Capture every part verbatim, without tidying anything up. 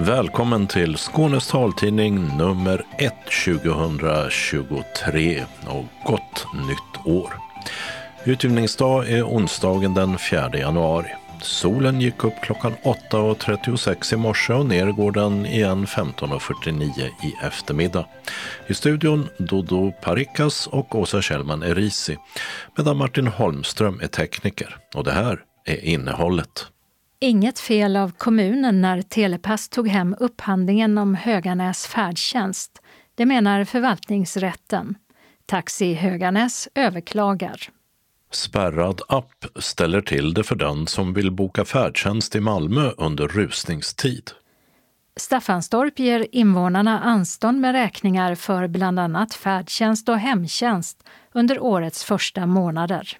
Välkommen till Skånes taltidning nummer ett tjugohundratjugotre och gott nytt år. Utgivningsdag är onsdagen den fjärde januari. Solen gick upp klockan åtta och trettiosex i morse och ner går den igen femton och fyrtionio i eftermiddag. I studion Dodo Parikas och Åsa Kjellman Erisi, medan Martin Holmström är tekniker. Och det här är innehållet. Inget fel av kommunen när Telepass tog hem upphandlingen om Höganäs färdtjänst. Det menar förvaltningsrätten. Taxi Höganäs överklagar. Spärrad app ställer till det för den som vill boka färdtjänst i Malmö under rusningstid. Staffanstorp ger invånarna anstånd med räkningar för bland annat färdtjänst och hemtjänst under årets första månader.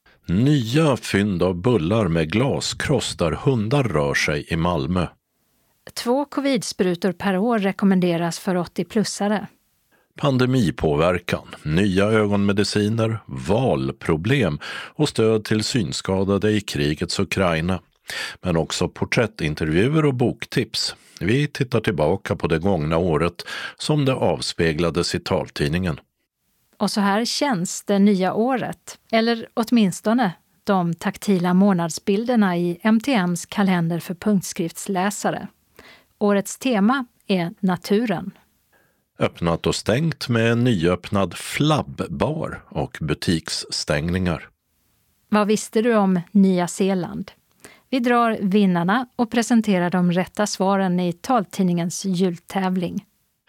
Nya fynd av bullar med glaskross där hundar rör sig i Malmö. Två covidsprutor per år rekommenderas för åttio-plussare. Pandemipåverkan, nya ögonmediciner, valproblem och stöd till synskadade i krigets Ukraina. Men också porträttintervjuer och boktips. Vi tittar tillbaka på det gångna året som det avspeglades i taltidningen. Och så här känns det nya året, eller åtminstone de taktila månadsbilderna i M T M:s kalender för punktskriftsläsare. Årets tema är naturen. Öppnat och stängt med nyöppnad flabbbar och butiksstängningar. Vad visste du om Nya Zeeland? Vi drar vinnarna och presenterar de rätta svaren i taltidningens jultävling.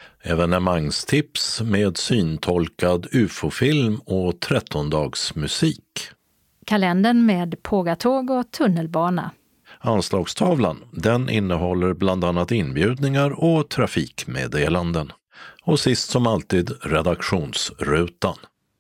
Evenemangstips med syntolkad U F O-film och trettondagsmusik. Kalendern med pågatåg och tunnelbana. Anslagstavlan, den innehåller bland annat inbjudningar och trafikmeddelanden. Och sist som alltid redaktionsrutan.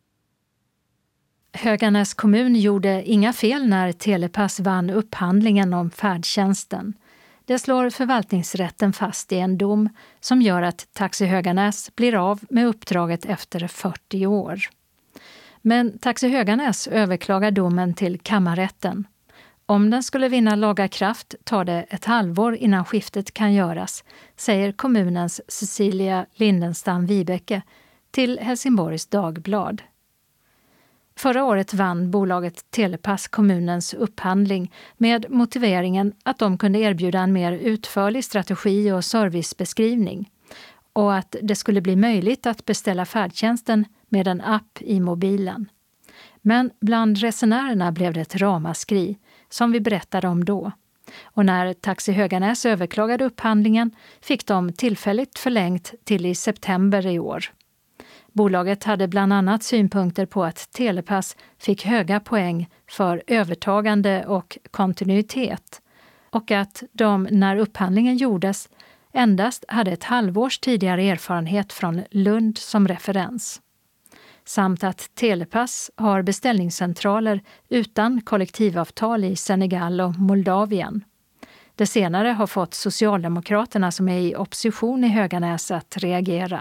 Höganäs kommun gjorde inga fel när Telepass vann upphandlingen om färdtjänsten. Det slår förvaltningsrätten fast i en dom som gör att Taxi Höganäs blir av med uppdraget efter fyrtio år. Men Taxi Höganäs överklagar domen till kammarrätten. Om den skulle vinna laga kraft tar det ett halvår innan skiftet kan göras, säger kommunens Cecilia Lindenstam-Vibeke till Helsingborgs Dagblad. Förra året vann bolaget Telepass kommunens upphandling med motiveringen att de kunde erbjuda en mer utförlig strategi och servicebeskrivning och att det skulle bli möjligt att beställa färdtjänsten med en app i mobilen. Men bland resenärerna blev det ett ramaskri, som vi berättade om då. Och när Taxi Höganäs överklagade upphandlingen fick de tillfälligt förlängt till i september i år. Bolaget hade bland annat synpunkter på att Telepass fick höga poäng för övertagande och kontinuitet och att de, när upphandlingen gjordes, endast hade ett halvårs tidigare erfarenhet från Lund som referens. Samt att Telepass har beställningscentraler utan kollektivavtal i Senegal och Moldavien. Det senare har fått Socialdemokraterna som är i opposition i Höganäs att reagera.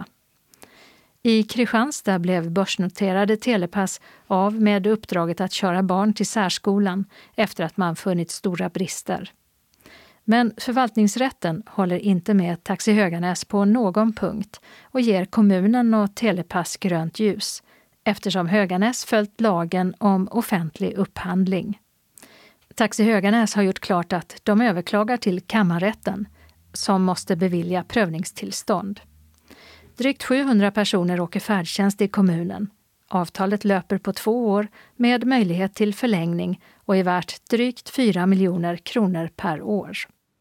I Kristianstad blev börsnoterade Telepass av med uppdraget att köra barn till särskolan efter att man funnit stora brister. Men förvaltningsrätten håller inte med Taxi Höganäs på någon punkt och ger kommunen och Telepass grönt ljus, eftersom Höganäs följt lagen om offentlig upphandling. Taxi Höganäs har gjort klart att de överklagar till kammarrätten, som måste bevilja prövningstillstånd. Drygt sjuhundra personer åker färdtjänst i kommunen. Avtalet löper på två år med möjlighet till förlängning och är värt drygt fyra miljoner kronor per år.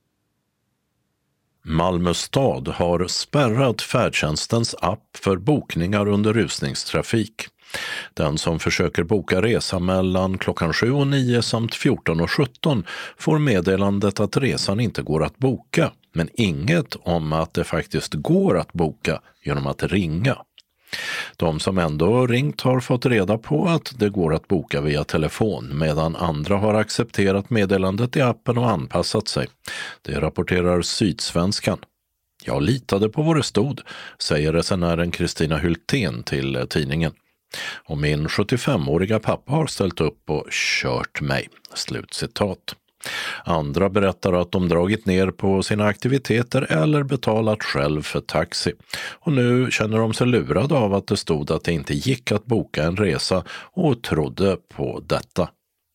Malmö stad har spärrat färdtjänstens app för bokningar under rusningstrafik. Den som försöker boka resa mellan klockan sju och nio samt fjorton och sjutton får meddelandet att resan inte går att boka, men inget om att det faktiskt går att boka genom att ringa. De som ändå ringt har fått reda på att det går att boka via telefon, medan andra har accepterat meddelandet i appen och anpassat sig. Det rapporterar Sydsvenskan. Jag litade på vad det stod, säger resenären Kristina Hultén till tidningen. Och min sjuttiofemåriga pappa har ställt upp och kört mig. Slutcitat. Andra berättar att de dragit ner på sina aktiviteter eller betalat själv för taxi. Och nu känner de sig lurade av att det stod att det inte gick att boka en resa och trodde på detta.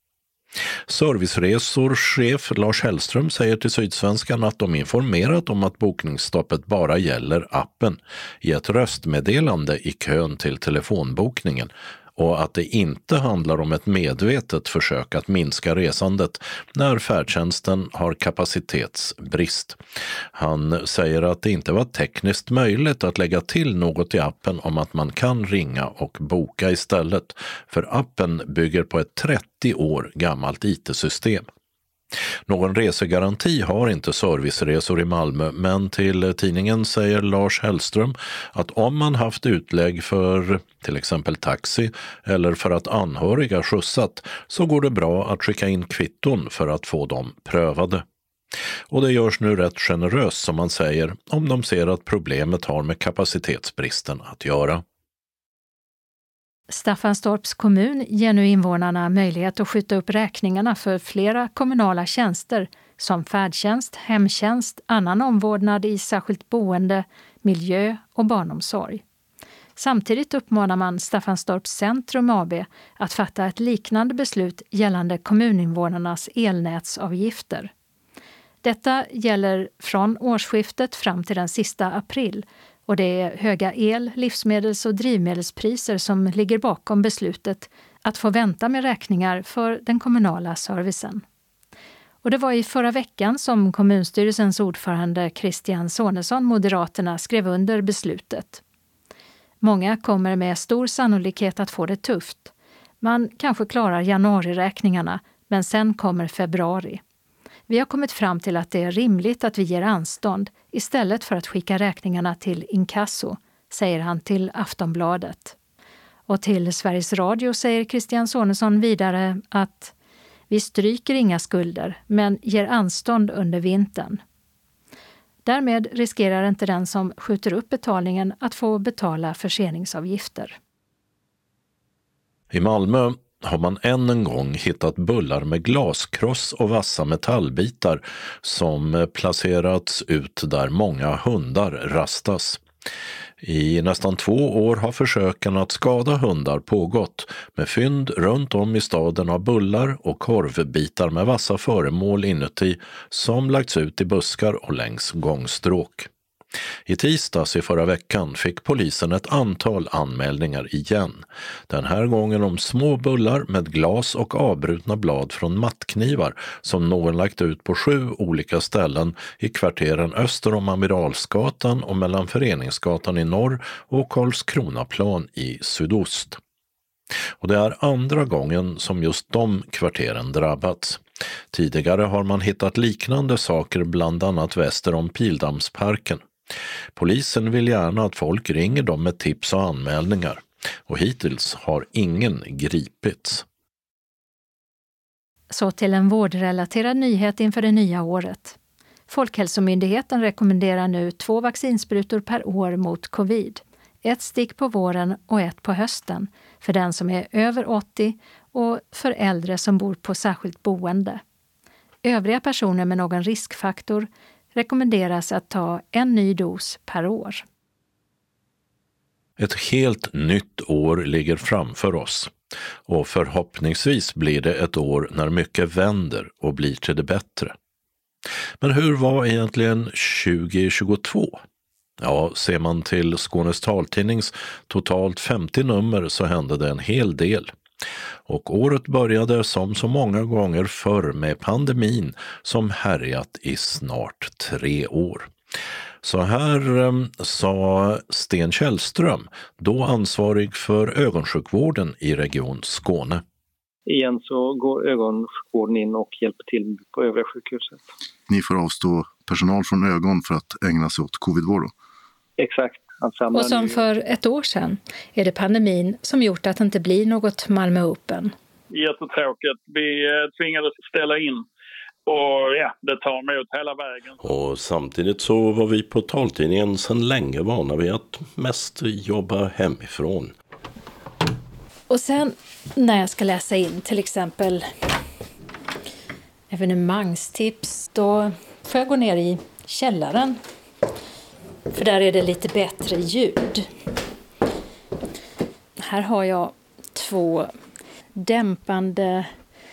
Serviceresor-chef Lars Hellström säger till Sydsvenskan att de informerat om att bokningsstoppet bara gäller appen i ett röstmeddelande i kön till telefonbokningen och att det inte handlar om ett medvetet försök att minska resandet när färdtjänsten har kapacitetsbrist. Han säger att det inte var tekniskt möjligt att lägga till något i appen om att man kan ringa och boka istället, för appen bygger på ett trettio år gammalt I T-system. Någon resegaranti har inte serviceresor i Malmö, men till tidningen säger Lars Hellström att om man haft utlägg för till exempel taxi eller för att anhöriga skjutsat så går det bra att skicka in kvitton för att få dem prövade. Och det görs nu rätt generöst, som man säger, om de ser att problemet har med kapacitetsbristen att göra. Staffanstorps kommun ger nu invånarna möjlighet att skjuta upp räkningarna för flera kommunala tjänster som färdtjänst, hemtjänst, annan omvårdnad i särskilt boende, miljö och barnomsorg. Samtidigt uppmanar man Staffanstorps Centrum A B att fatta ett liknande beslut gällande kommuninvånarnas elnätsavgifter. Detta gäller från årsskiftet fram till den sista april. Och det är höga el-, livsmedels- och drivmedelspriser som ligger bakom beslutet att få vänta med räkningar för den kommunala servicen. Och det var i förra veckan som kommunstyrelsens ordförande Christian Sonesson, Moderaterna, skrev under beslutet. Många kommer med stor sannolikhet att få det tufft. Man kanske klarar januariräkningarna, men sen kommer februari. Vi har kommit fram till att det är rimligt att vi ger anstånd istället för att skicka räkningarna till inkasso, säger han till Aftonbladet. Och till Sveriges Radio säger Christian Sonesson vidare att vi stryker inga skulder men ger anstånd under vintern. Därmed riskerar inte den som skjuter upp betalningen att få betala förseningsavgifter. I Malmö har man än en gång hittat bullar med glaskross och vassa metallbitar som placerats ut där många hundar rastas. I nästan två år har försöken att skada hundar pågått med fynd runt om i staden av bullar och korvbitar med vassa föremål inuti som lagts ut i buskar och längs gångstråk. I tisdags i förra veckan fick polisen ett antal anmälningar igen. Den här gången om små bullar med glas och avbrutna blad från mattknivar som någon lagt ut på sju olika ställen i kvarteren öster om Amiralsgatan och mellan Föreningsgatan i norr och Karlskronaplan i sydost. Och det är andra gången som just de kvarteren drabbats. Tidigare har man hittat liknande saker bland annat väster om Pildammsparken. Polisen vill gärna att folk ringer dem med tips och anmälningar. Och hittills har ingen gripits. Så till en vårdrelaterad nyhet inför det nya året. Folkhälsomyndigheten rekommenderar nu två vaccinsprutor per år mot covid. Ett stick på våren och ett på hösten för den som är över åttio och för äldre som bor på särskilt boende. Övriga personer med någon riskfaktor rekommenderas att ta en ny dos per år. Ett helt nytt år ligger framför oss och förhoppningsvis blir det ett år när mycket vänder och blir till det bättre. Men hur var egentligen tjugo tjugotvå? Ja, ser man till Skånes taltidnings totalt femtio nummer så hände det en hel del. Och året började som så många gånger förr med pandemin som härjat i snart tre år. Så här eh, sa Sten Källström, då ansvarig för ögonsjukvården i Region Skåne. Igen så går ögonsjukvården in och hjälper till på övriga sjukhuset. Ni får avstå personal från ögon för att ägna sig åt covidvård då? Exakt. Och som för ett år sedan är det pandemin som gjort att det inte blir något Malmö Open. Jättetråkigt. Vi tvingades ställa in och ja, det tar emot hela vägen. Och samtidigt så var vi på taltidningen sedan länge vana vid att mest jobba hemifrån. Och sen när jag ska läsa in till exempel evenemangstips, då får jag gå ner i källaren. För där är det lite bättre ljud. Här har jag två dämpande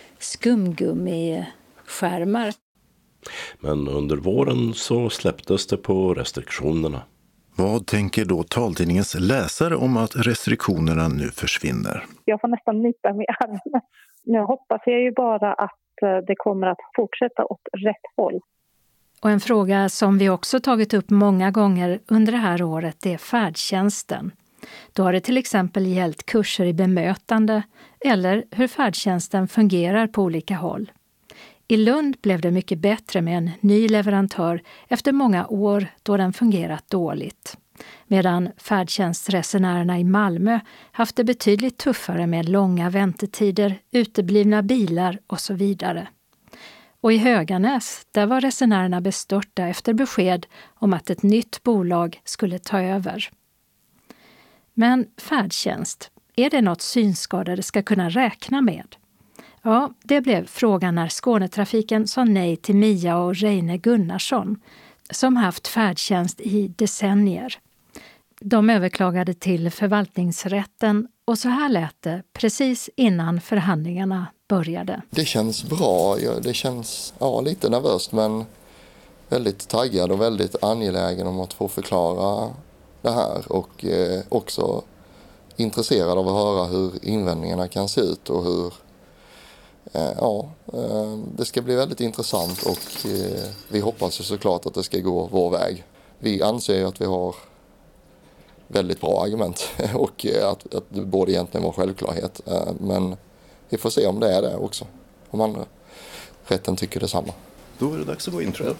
skumgummi-skärmar. Men under våren så släpptes det på restriktionerna. Vad tänker då taltidningens läsare om att restriktionerna nu försvinner? Jag får nästan nypa med armen. Nu hoppas jag ju bara att det kommer att fortsätta åt rätt håll. Och en fråga som vi också tagit upp många gånger under det här året är färdtjänsten. Då har det till exempel gällt kurser i bemötande eller hur färdtjänsten fungerar på olika håll. I Lund blev det mycket bättre med en ny leverantör efter många år då den fungerat dåligt. Medan färdtjänstresenärerna i Malmö haft det betydligt tuffare med långa väntetider, uteblivna bilar och så vidare. Och i Höganäs, där var resenärerna bestörta efter besked om att ett nytt bolag skulle ta över. Men färdtjänst, är det något synskadade ska kunna räkna med? Ja, det blev frågan när Skånetrafiken sa nej till Mia och Reine Gunnarsson, som haft färdtjänst i decennier. De överklagade till förvaltningsrätten och så här lät det precis innan förhandlingarna började. Det känns bra, det känns ja, lite nervöst men väldigt taggad och väldigt angelägen om att få förklara det här och eh, också intresserad av att höra hur invändningarna kan se ut och hur eh, ja, eh, det ska bli väldigt intressant och eh, vi hoppas ju såklart att det ska gå vår väg. Vi anser ju att vi har väldigt bra argument och att, att det borde egentligen vara självklarhet. Men vi får se om det är det också. Om andra rätten tycker detsamma. Då är det dags att gå in, tror jag.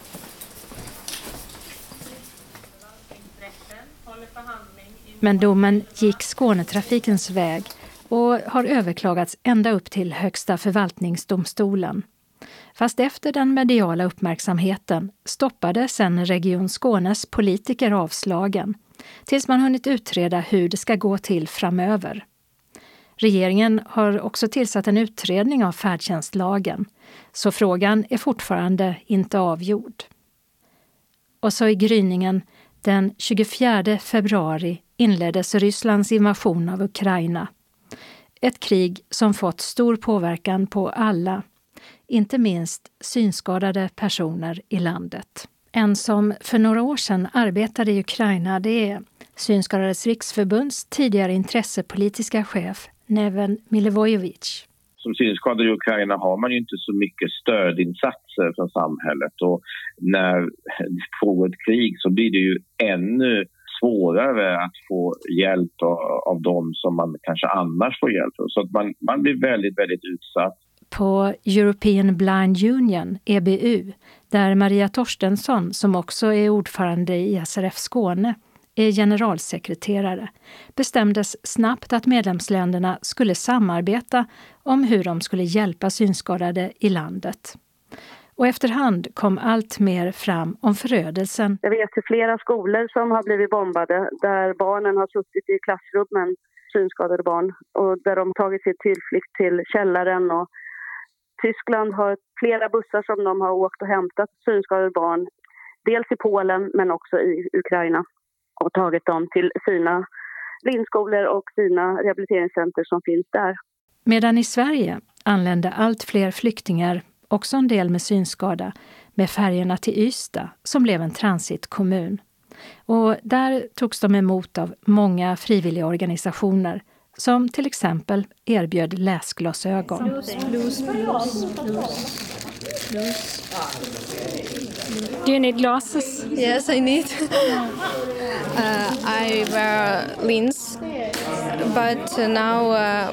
Men domen gick Skånetrafikens väg och har överklagats ända upp till Högsta förvaltningsdomstolen. Fast efter den mediala uppmärksamheten stoppade sen Region Skånes politiker avslagen tills man hunnit utreda hur det ska gå till framöver. Regeringen har också tillsatt en utredning av färdtjänstlagen, så frågan är fortfarande inte avgjord. Och så i gryningen, den tjugofjärde februari inleddes Rysslands invasion av Ukraina. Ett krig som fått stor påverkan på alla, inte minst synskadade personer i landet. En som för några år sedan arbetade i Ukraina, det är Synskadades riksförbunds tidigare intressepolitiska chef Neven Milivojevic. Som synskadad i Ukraina har man ju inte så mycket stödinsatser från samhället och när det pågår ett krig så blir det ju ännu svårare att få hjälp av dem som man kanske annars får hjälp av. Så att man, man blir väldigt, väldigt utsatt. På European Blind Union, E B U, där Maria Torstensson, som också är ordförande i S R F Skåne, är generalsekreterare, bestämdes snabbt att medlemsländerna skulle samarbeta om hur de skulle hjälpa synskadade i landet. Och efterhand kom allt mer fram om förödelsen. Jag vet till flera skolor som har blivit bombade där barnen har suttit i klassrummen, synskadade barn, och där de tagit sitt tillflykt till källaren. Och Tyskland har flera bussar som de har åkt och hämtat synskadade barn, dels i Polen men också i Ukraina, och tagit dem till sina blindskolor och sina rehabiliteringscenter som finns där. Medan i Sverige anlände allt fler flyktingar, också en del med synskada, med färjorna till Ystad som blev en transitkommun. Och där togs de emot av många frivilliga organisationer som till exempel erbjöd läsglasögon. Plus, plus, plus, plus, plus. Do you need glasses? Yes, I need. uh, I wear lens, but now uh,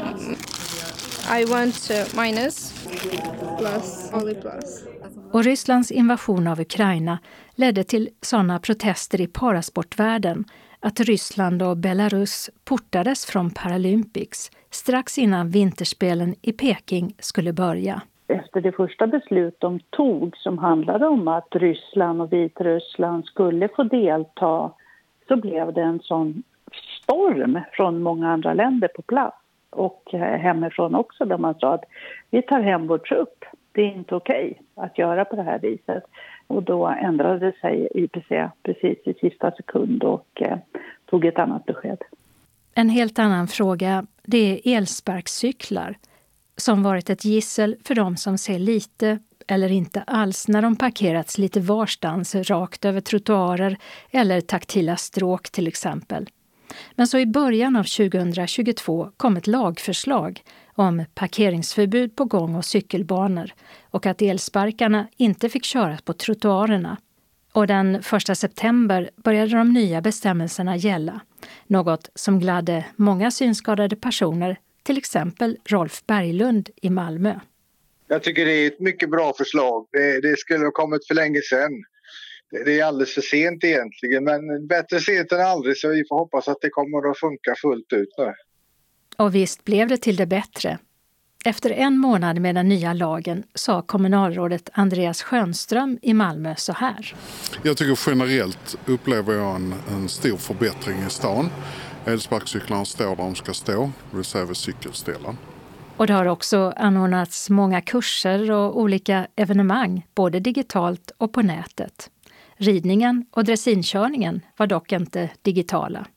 I want uh, minus, plus, only plus. Och Rysslands invasion av Ukraina ledde till sådana protester i parasportvärlden att Ryssland och Belarus portades från Paralympics strax innan vinterspelen i Peking skulle börja. Efter det första beslut de tog som handlade om att Ryssland och Vitryssland skulle få delta, så blev det en sån storm från många andra länder på plats och hemifrån också, där man sa att vi tar hem vår trupp. det är inte okej att göra på det här viset. Och då ändrade sig I P C precis i sista sekund och eh, tog ett annat besked. En helt annan fråga, det är elsparkcyklar som varit ett gissel för de som ser lite eller inte alls när de parkerats lite varstans rakt över trottoarer eller taktila stråk till exempel. Men så i början av tjugohundratjugotvå kom ett lagförslag om parkeringsförbud på gång- och cykelbanor och att elsparkarna inte fick köras på trottoarerna. Och den första september började de nya bestämmelserna gälla, något som gladde många synskadade personer, till exempel Rolf Berglund i Malmö. Jag tycker det är ett mycket bra förslag. Det, det skulle ha kommit för länge sedan. Det, det är alldeles för sent egentligen, men bättre sent än aldrig, så vi får hoppas att det kommer att funka fullt ut nu. Och visst blev det till det bättre. Efter en månad med den nya lagen sa kommunalrådet Andreas Schönström i Malmö så här. Jag tycker generellt upplever jag en, en stor förbättring i stan. Elsparkcyklarna står där de ska stå, det vill säga vid cykelställen. Och det har också anordnats många kurser och olika evenemang, både digitalt och på nätet. Ridningen och dressinskörningen var dock inte digitala.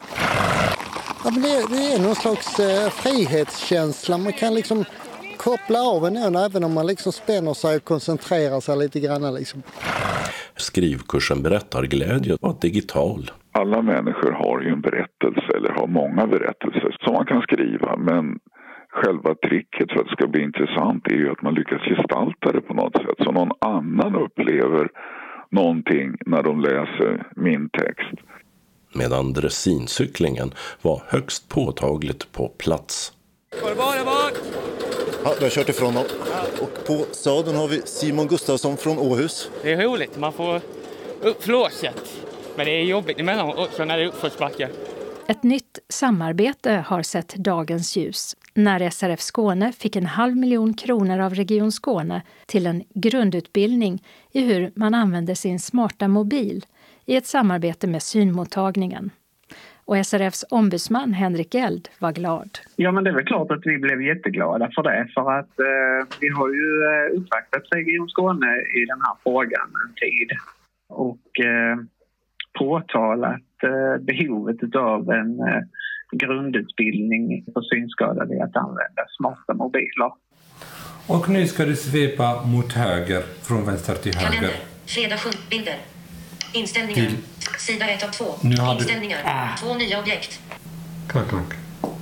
Ja, men det, det är någon slags eh, frihetskänsla. Man kan liksom koppla av en även om man liksom spänner sig och koncentrerar sig lite grann. Liksom. Skrivkursen Berättarglädje var digital. Alla människor har ju en berättelse eller har många berättelser som man kan skriva, men själva tricket för att det ska bli intressant är ju att man lyckas gestalta det på något sätt så någon annan upplever någonting när de läser min text. Medan dressincyklingen var högst påtagligt på plats. Var var var? Ja, du har kört ifrån dem. Och på sadeln har vi Simon Gustafsson från Åhus. Det är roligt, man får upp flåset. Men det är jobbigt emellan också när det är uppförsbacke. Ett nytt samarbete har sett dagens ljus när S R F Skåne fick en halv miljon kronor av Region Skåne till en grundutbildning i hur man använder sin smarta mobil i ett samarbete med synmottagningen. Och S R F:s ombudsman Henrik Eld var glad. Ja, men det är väl klart att vi blev jätteglada för det. För att eh, vi har ju uppvaktat Region Skåne i den här frågan en tid. Och eh, påtalat eh, behovet av en eh, grundutbildning för synskadade i att använda smarta mobiler. Och nu ska du svepa mot höger, från vänster till höger. Kalender, fredag sju, bilder. Inställningar, till. Sida ett av två. Nu har Inställningar, du... ah. två nya objekt. Klack, klack.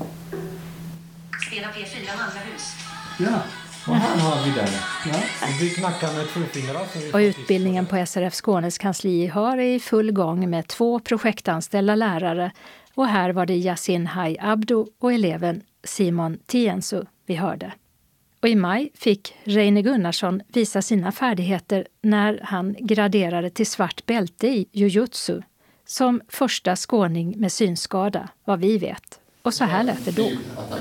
Spela P fyra andra hus. Ja, och här har vi den. Ja. Vi knackar med två fingrar. Och utbildningen på S R F Skånes kansli har i full gång med två projektanställda lärare. Och här var det Yasin Hay Abdo och eleven Simon Tiensu vi hörde. Och i maj fick Reine Gunnarsson visa sina färdigheter när han graderade till svart bälte i jujutsu som första skåning med synskada, vad vi vet. Och så här lät det då.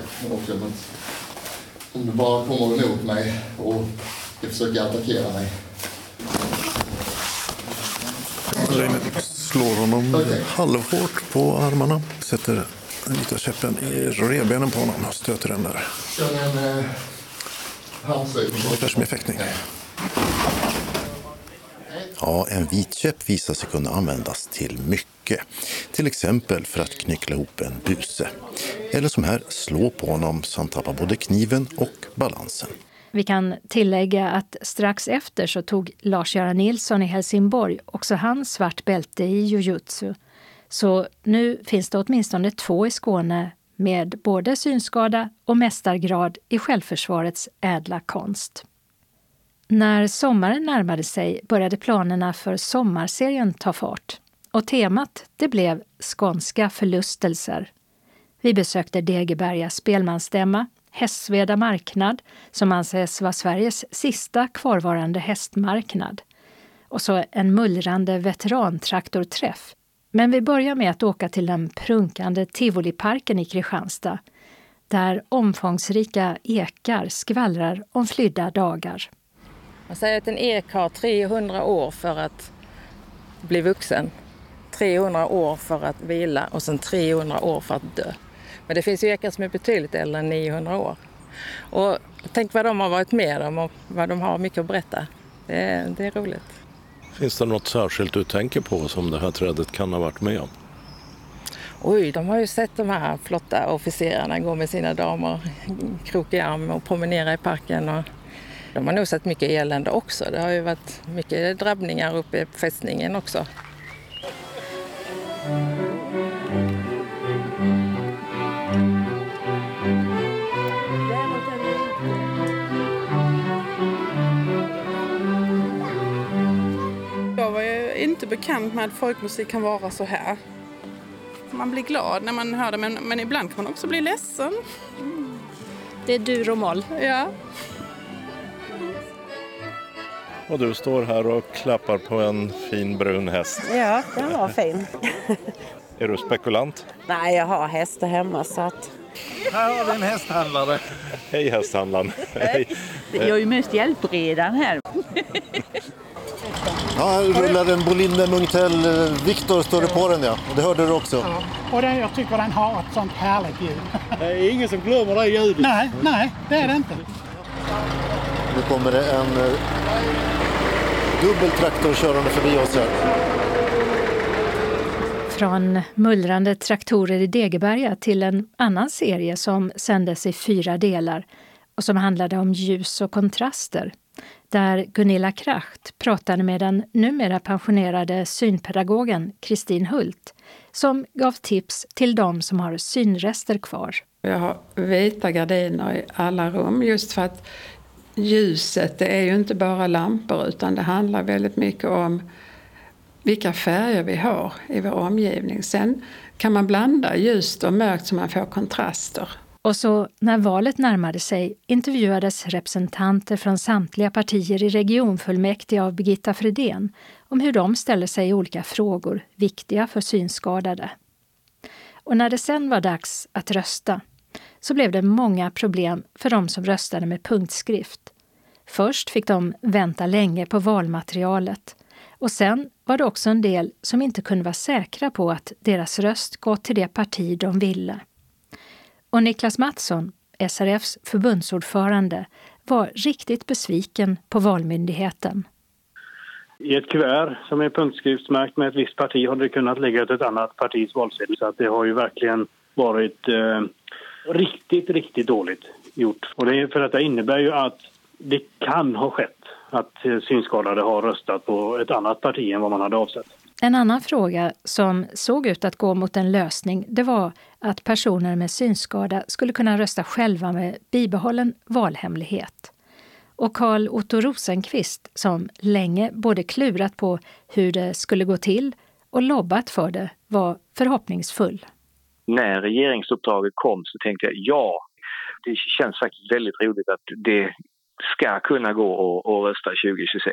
Om du bara kommer emot mig och försöker attackera mig. Reine slår honom okay. halvhårt på armarna. Sätter en liten käppen i revbenen på honom och stöter den där. Känner en... Ungefär som effektning. Ja, en vit käpp visar sig kunna användas till mycket. Till exempel för att knyckla ihop en buse. Eller som här, slå på honom så han tappar både kniven och balansen. Vi kan tillägga att strax efter så tog Lars-Göran Nilsson i Helsingborg också hans svart bälte i jujutsu. Så nu finns det åtminstone två i Skåne med både synskada och mästargrad i självförsvarets ädla konst. När sommaren närmade sig började planerna för sommarserien ta fart. Och temat det blev skånska förlustelser. Vi besökte Degeberga spelmansstämma, Hästsveda marknad som anses vara Sveriges sista kvarvarande hästmarknad. Och så en mullrande veterantraktorträff. Men vi börjar med att åka till den prunkande Tivoliparken i Kristianstad, där omfångsrika ekar skvallrar om flydda dagar. Man säger att en ek har trehundra år för att bli vuxen, trehundra år för att vila och sen trehundra år för att dö. Men det finns ju ekar som är betydligt äldre än niohundra år. Och tänk vad de har varit med om och vad de har mycket att berätta. Det är, det är roligt. Finns det något särskilt du tänker på som det här trädet kan ha varit med om? Oj, de har ju sett de här flotta officerarna gå med sina damer krok i arm och promenera i parken. Och de har nog sett mycket elände också. Det har ju varit mycket drabbningar uppe på fästningen också. Jag var ju inte bekant med att folkmusik kan vara så här. Man blir glad när man hör det, men, men ibland kan man också bli ledsen. Mm. Det är dur och moll. Ja. Och du står här och klappar på en fin brun häst. Ja, den var fin. Är du spekulant? Nej, jag har hästar hemma så att... Här har vi en hästhandlare. Hej hästhandlaren. Hej. Jag är ju mest hjälpredan här. Ja, här rullar en Bolinne Munktel. Viktor står det på den, ja. Och det hörde du också. Ja. Och det, jag tycker den har ett sånt härligt ljud. Det är ingen som glömmer det ljudet. Nej, nej, det är det inte. Nu kommer det en eh, dubbeltraktor körande förbi oss här. Från mullrande traktorer i Degeberga till en annan serie som sändes i fyra delar och som handlade om ljus och kontraster. Där Gunilla Kracht pratade med den numera pensionerade synpedagogen Kristin Hult som gav tips till de som har synrester kvar. Jag har vita gardiner i alla rum just för att ljuset, det är ju inte bara lampor utan det handlar väldigt mycket om vilka färger vi har i vår omgivning. Sen kan man blanda ljust och mörkt så man får kontraster. Och så när valet närmade sig intervjuades representanter från samtliga partier i regionfullmäktige av Birgitta Fredén om hur de ställer sig i olika frågor viktiga för synskadade. Och när det sen var dags att rösta så blev det många problem för de som röstade med punktskrift. Först fick de vänta länge på valmaterialet och sen var det också en del som inte kunde vara säkra på att deras röst gått till det parti de ville. Och Niklas Mattsson, S R F:s förbundsordförande, var riktigt besviken på valmyndigheten. I ett kuvert som är punktskriftsmärkt med ett visst parti har det kunnat lägga ett annat partis valsedel. Så att det har ju verkligen varit eh, riktigt, riktigt dåligt gjort. Och det är för att det innebär ju att det kan ha skett att synskadade har röstat på ett annat parti än vad man hade avsett. En annan fråga som såg ut att gå mot en lösning, det var att personer med synskada skulle kunna rösta själva med bibehållen valhemlighet. Och Carl Otto Rosenqvist, som länge både klurat på hur det skulle gå till och lobbat för det, var förhoppningsfull. När regeringsuppdraget kom så tänkte jag ja, det känns faktiskt väldigt roligt att det ska kunna gå att rösta tjugo tjugosex.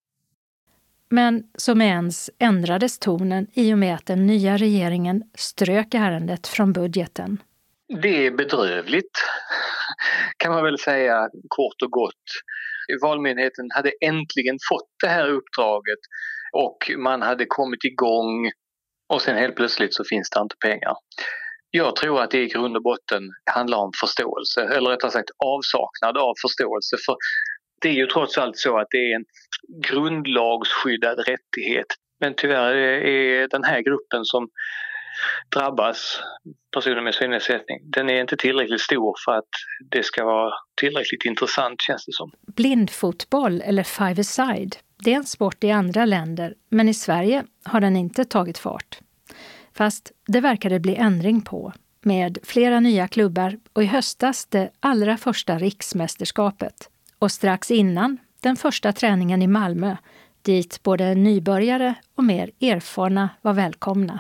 Men som ens ändrades tonen i och med att den nya regeringen strök ärendet från budgeten. Det är bedrövligt, kan man väl säga kort och gott. Valmyndigheten hade äntligen fått det här uppdraget och man hade kommit igång och sen helt plötsligt så finns det inte pengar. Jag tror att det i grund och botten handlar om förståelse, eller rättare sagt avsaknad av förståelse. För det är ju trots allt så att det är en grundlagsskyddad rättighet. Men tyvärr är den här gruppen som drabbas, personer med synnedsättning, den är inte tillräckligt stor för att det ska vara tillräckligt intressant, känns det som. Blindfotboll eller five-a-side, det är en sport i andra länder, men i Sverige har den inte tagit fart. Fast det verkade bli ändring på, med flera nya klubbar och i höstas det allra första riksmästerskapet. Och strax innan den första träningen i Malmö, dit både nybörjare och mer erfarna var välkomna.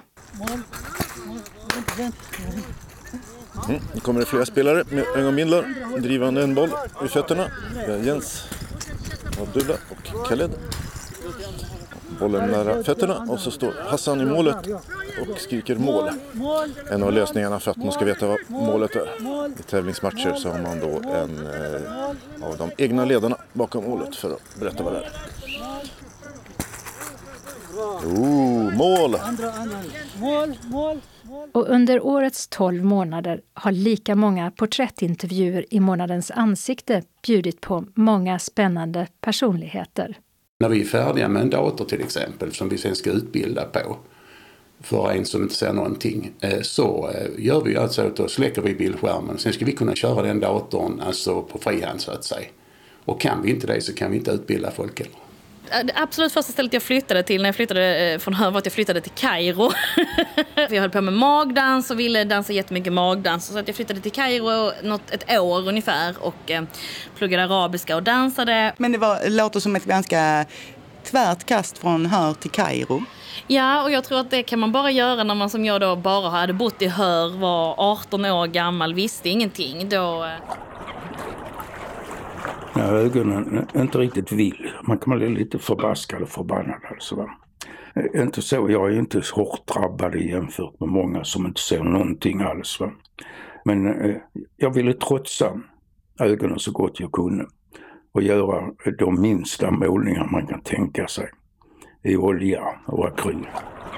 Mm, nu kommer det flera spelare med ögonbindlar, drivande en boll i fötterna. Jens, Abdullah och Khaled. Bollen nära fötterna och så står Hassan i målet och skriker mål. En av lösningarna för att man ska veta vad målet är. I tävlingsmatcher så har man då en eh, av de egna ledarna bakom målet för att berätta vad det är. Oh, mål! Mål, mål. Och under årets tolv månader har lika många porträttintervjuer i månadens ansikte bjudit på många spännande personligheter. När vi är färdiga med en dator till exempel som vi sen ska utbilda på för en som inte ser någonting, så gör vi alltså att då släcker vi bildskärmen. Sen ska vi kunna köra den datorn alltså på frihand så att säga. Och kan vi inte det så kan vi inte utbilda folk heller. Det absolut första stället jag flyttade till när jag flyttade från Höör var att jag flyttade till Kairo. Jag höll på med magdans och ville dansa jättemycket magdans. Så att jag flyttade till Kairo något, ett år ungefär och eh, pluggade arabiska och dansade. Men det var, låter som ett ganska tvärt kast från Höör till Kairo. Ja, och jag tror att det kan man bara göra när man som jag då bara hade bott i Höör, var arton år gammal, visste ingenting. Då... Ja, ögonen inte riktigt vill. Man kan bli lite förbaskad och förbannad. Alltså, va? Inte så, jag är inte så hårt drabbad jämfört med många som inte ser någonting alls. Va? Men eh, jag ville trotsa ögonen så gott jag kunde och göra de minsta målningar man kan tänka sig i olja och akryl.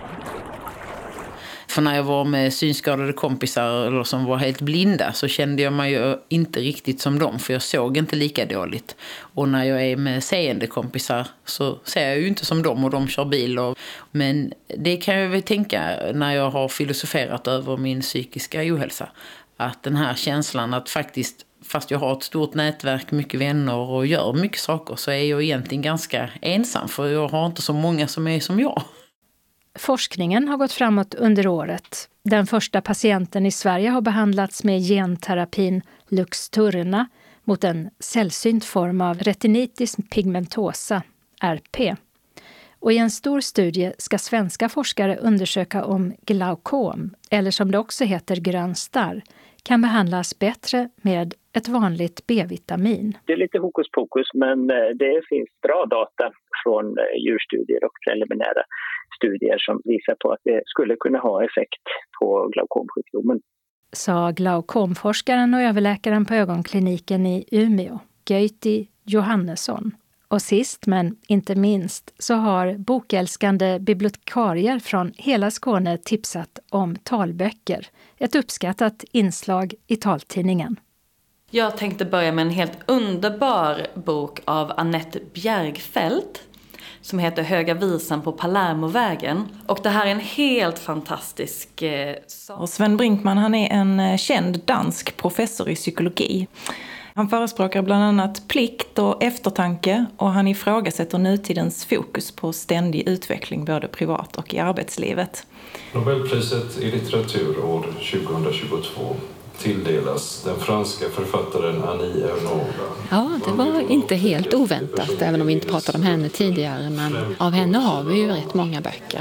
För när jag var med synskadade kompisar eller som var helt blinda så kände jag mig ju inte riktigt som dem, för jag såg inte lika dåligt. Och när jag är med seende kompisar så ser jag ju inte som dem och de kör bil. Och, men det kan jag väl tänka när jag har filosoferat över min psykiska ohälsa. Att den här känslan att faktiskt, fast jag har ett stort nätverk, mycket vänner och gör mycket saker, så är jag egentligen ganska ensam, för jag har inte så många som är som jag. Forskningen har gått framåt under året. Den första patienten i Sverige har behandlats med genterapin Luxturna mot en sällsynt form av retinitis pigmentosa, R P. Och i en stor studie ska svenska forskare undersöka om glaukom, eller som det också heter grön starr, kan behandlas bättre med ett vanligt B-vitamin. Det är lite hokus pokus, men det finns bra data från djurstudier och preliminära studier som visar på att det skulle kunna ha effekt på glaukomsjukdomen. Sa glaukomforskaren och överläkaren på ögonkliniken i Umeå, Göiti Johannesson. Och sist men inte minst så har bokälskande bibliotekarier från hela Skåne tipsat om talböcker. Ett uppskattat inslag i taltidningen. Jag tänkte börja med en helt underbar bok av Annette Bjergfeldt som heter Höga visan på Palermovägen. Och det här är en helt fantastisk eh, sak. Och Sven Brinkmann, han är en känd dansk professor i psykologi. Han förespråkar bland annat plikt och eftertanke, och han ifrågasätter nutidens fokus på ständig utveckling både privat och i arbetslivet. Nobelpriset i litteratur år tjugohundratjugotvå tilldelas den franska författaren Annie Ernaux. Ja, det var inte helt oväntat, även om vi inte pratade om henne tidigare, men av henne har vi ju rätt många böcker.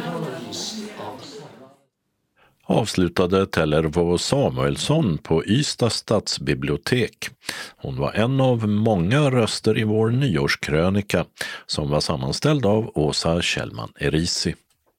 Avslutade Tellervo Samuelsson på Ystad stadsbibliotek. Hon var en av många röster i vår nyårskrönika som var sammanställd av Åsa Kjellman Erisi.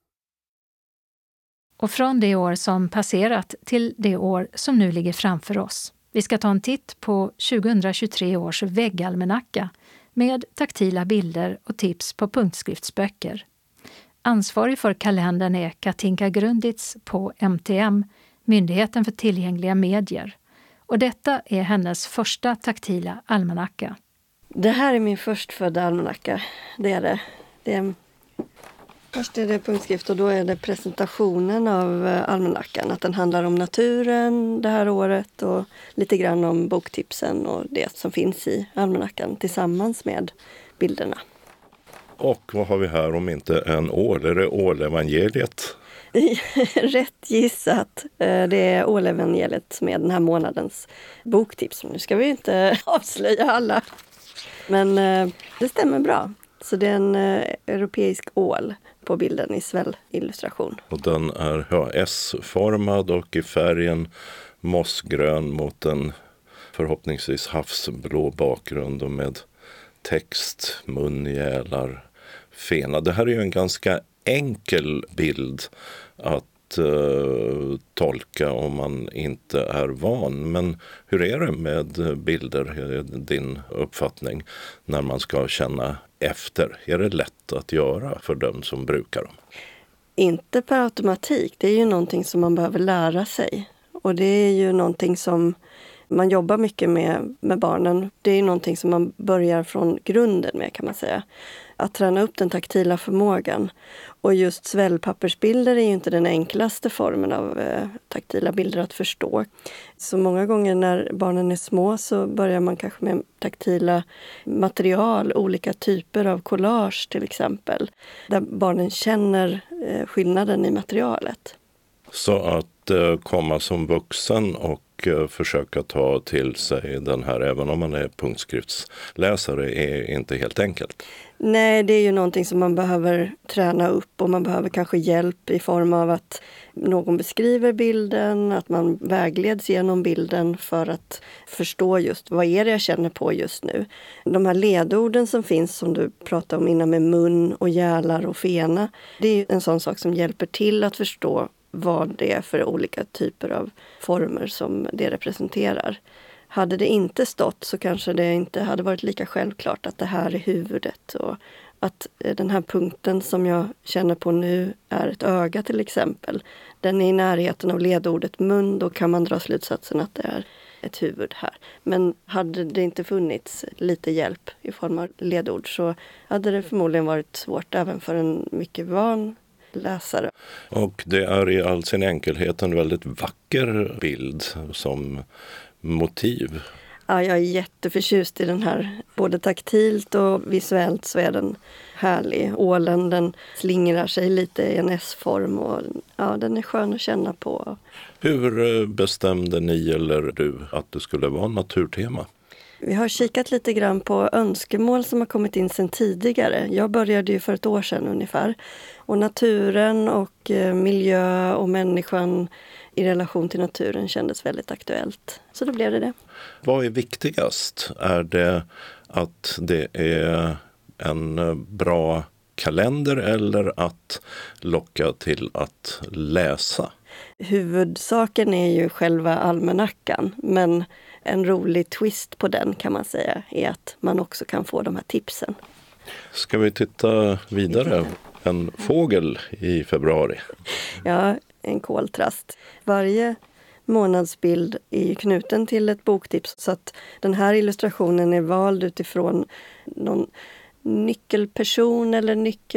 Och från det år som passerat till det år som nu ligger framför oss. Vi ska ta en titt på tjugohundratjugotre års väggalmanacka med taktila bilder och tips på punktskriftsböcker. Ansvarig för kalendern är Katinka Grunditz på M T M, Myndigheten för tillgängliga medier. Och detta är hennes första taktila almanacka. Det här är min förstfödda almanacka. Det är det. det är... Först är det punktskrift och då är det presentationen av almanackan. Att den handlar om naturen det här året och lite grann om boktipsen och det som finns i almanackan tillsammans med bilderna. Och vad har vi här om inte en ål? Är det ålevangeliet? Rätt gissat. Det är ålevangeliet med den här månadens boktips. Nu ska vi inte avslöja alla. Men det stämmer bra. Så det är en europeisk ål på bilden i svällillustration. Och den är ja, S-formad och i färgen mossgrön mot en förhoppningsvis havsblå bakgrund och med text, mungälar, fena. Det här är ju en ganska enkel bild att uh, tolka om man inte är van. Men hur är det med bilder, din uppfattning, när man ska känna efter? Är det lätt att göra för dem som brukar dem? inte per automatik. Det är ju någonting som man behöver lära sig. Och det är ju någonting som man jobbar mycket med med barnen. Det är ju någonting som man börjar från grunden med, kan man säga. Att träna upp den taktila förmågan. Och just svällpappersbilder är ju inte den enklaste formen av eh, taktila bilder att förstå. Så många gånger när barnen är små så börjar man kanske med taktila material, olika typer av collage till exempel. Där barnen känner eh, skillnaden i materialet. Så att eh, komma som vuxen och försöka ta till sig den här, även om man är punktskriftsläsare, är inte helt enkelt. Nej, det är ju någonting som man behöver träna upp och man behöver kanske hjälp i form av att någon beskriver bilden, att man vägleds genom bilden för att förstå just vad är det jag känner på just nu. De här ledorden som finns, som du pratade om innan med mun och gälar och fena, det är en sån sak som hjälper till att förstå vad det är för olika typer av former som det representerar. Hade det inte stått så kanske det inte hade varit lika självklart att det här är huvudet och att den här punkten som jag känner på nu är ett öga till exempel. Den är i närheten av ledordet mun, då kan man dra slutsatsen att det är ett huvud här. Men hade det inte funnits lite hjälp i form av ledord så hade det förmodligen varit svårt även för en mycket van läsare. Och det är i all sin enkelhet en väldigt vacker bild som motiv. Ja, jag är jätteförtjust i den här. Både taktilt och visuellt så är den härlig. Ålen, den slingrar sig lite i en S-form och ja, den är skön att känna på. Hur bestämde ni eller du att det skulle vara naturtema? Vi har kikat lite grann på önskemål som har kommit in sedan tidigare. Jag började ju för ett år sedan ungefär. Och naturen och miljö och människan i relation till naturen kändes väldigt aktuellt. Så då blev det det. Vad är viktigast? Är det att det är en bra kalender eller att locka till att läsa? Huvudsaken är ju själva almanackan, men en rolig twist på den kan man säga är att man också kan få de här tipsen. Ska vi titta vidare? En fågel i februari. Ja, en koltrast. Varje månadsbild är knuten till ett boktips så att den här illustrationen är vald utifrån någon nyckelperson eller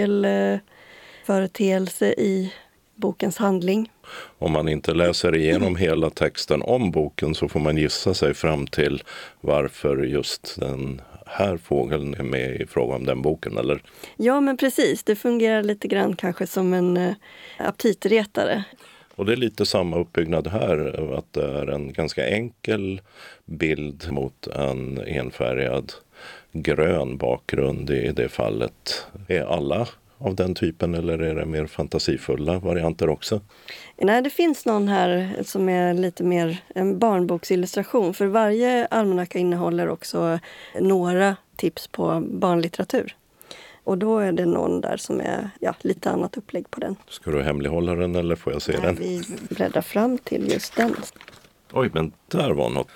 nyckelföreteelse i bokens handling. Om man inte läser igenom hela texten om boken så får man gissa sig fram till varför just den här fågeln är med i fråga om den boken, eller? Ja, men precis. Det fungerar lite grann kanske som en uh, aptitretare. Och det är lite samma uppbyggnad här, att det är en ganska enkel bild mot en enfärgad grön bakgrund i det fallet. Är alla av den typen eller är det mer fantasifulla varianter också? Nej, det finns någon här som är lite mer en barnboksillustration. För varje almanacka innehåller också några tips på barnlitteratur. Och då är det någon där som är ja, lite annat upplägg på den. Ska du hemlighålla den eller får jag se Nej, den? Vi bläddrar fram till just den. Oj, men där var något.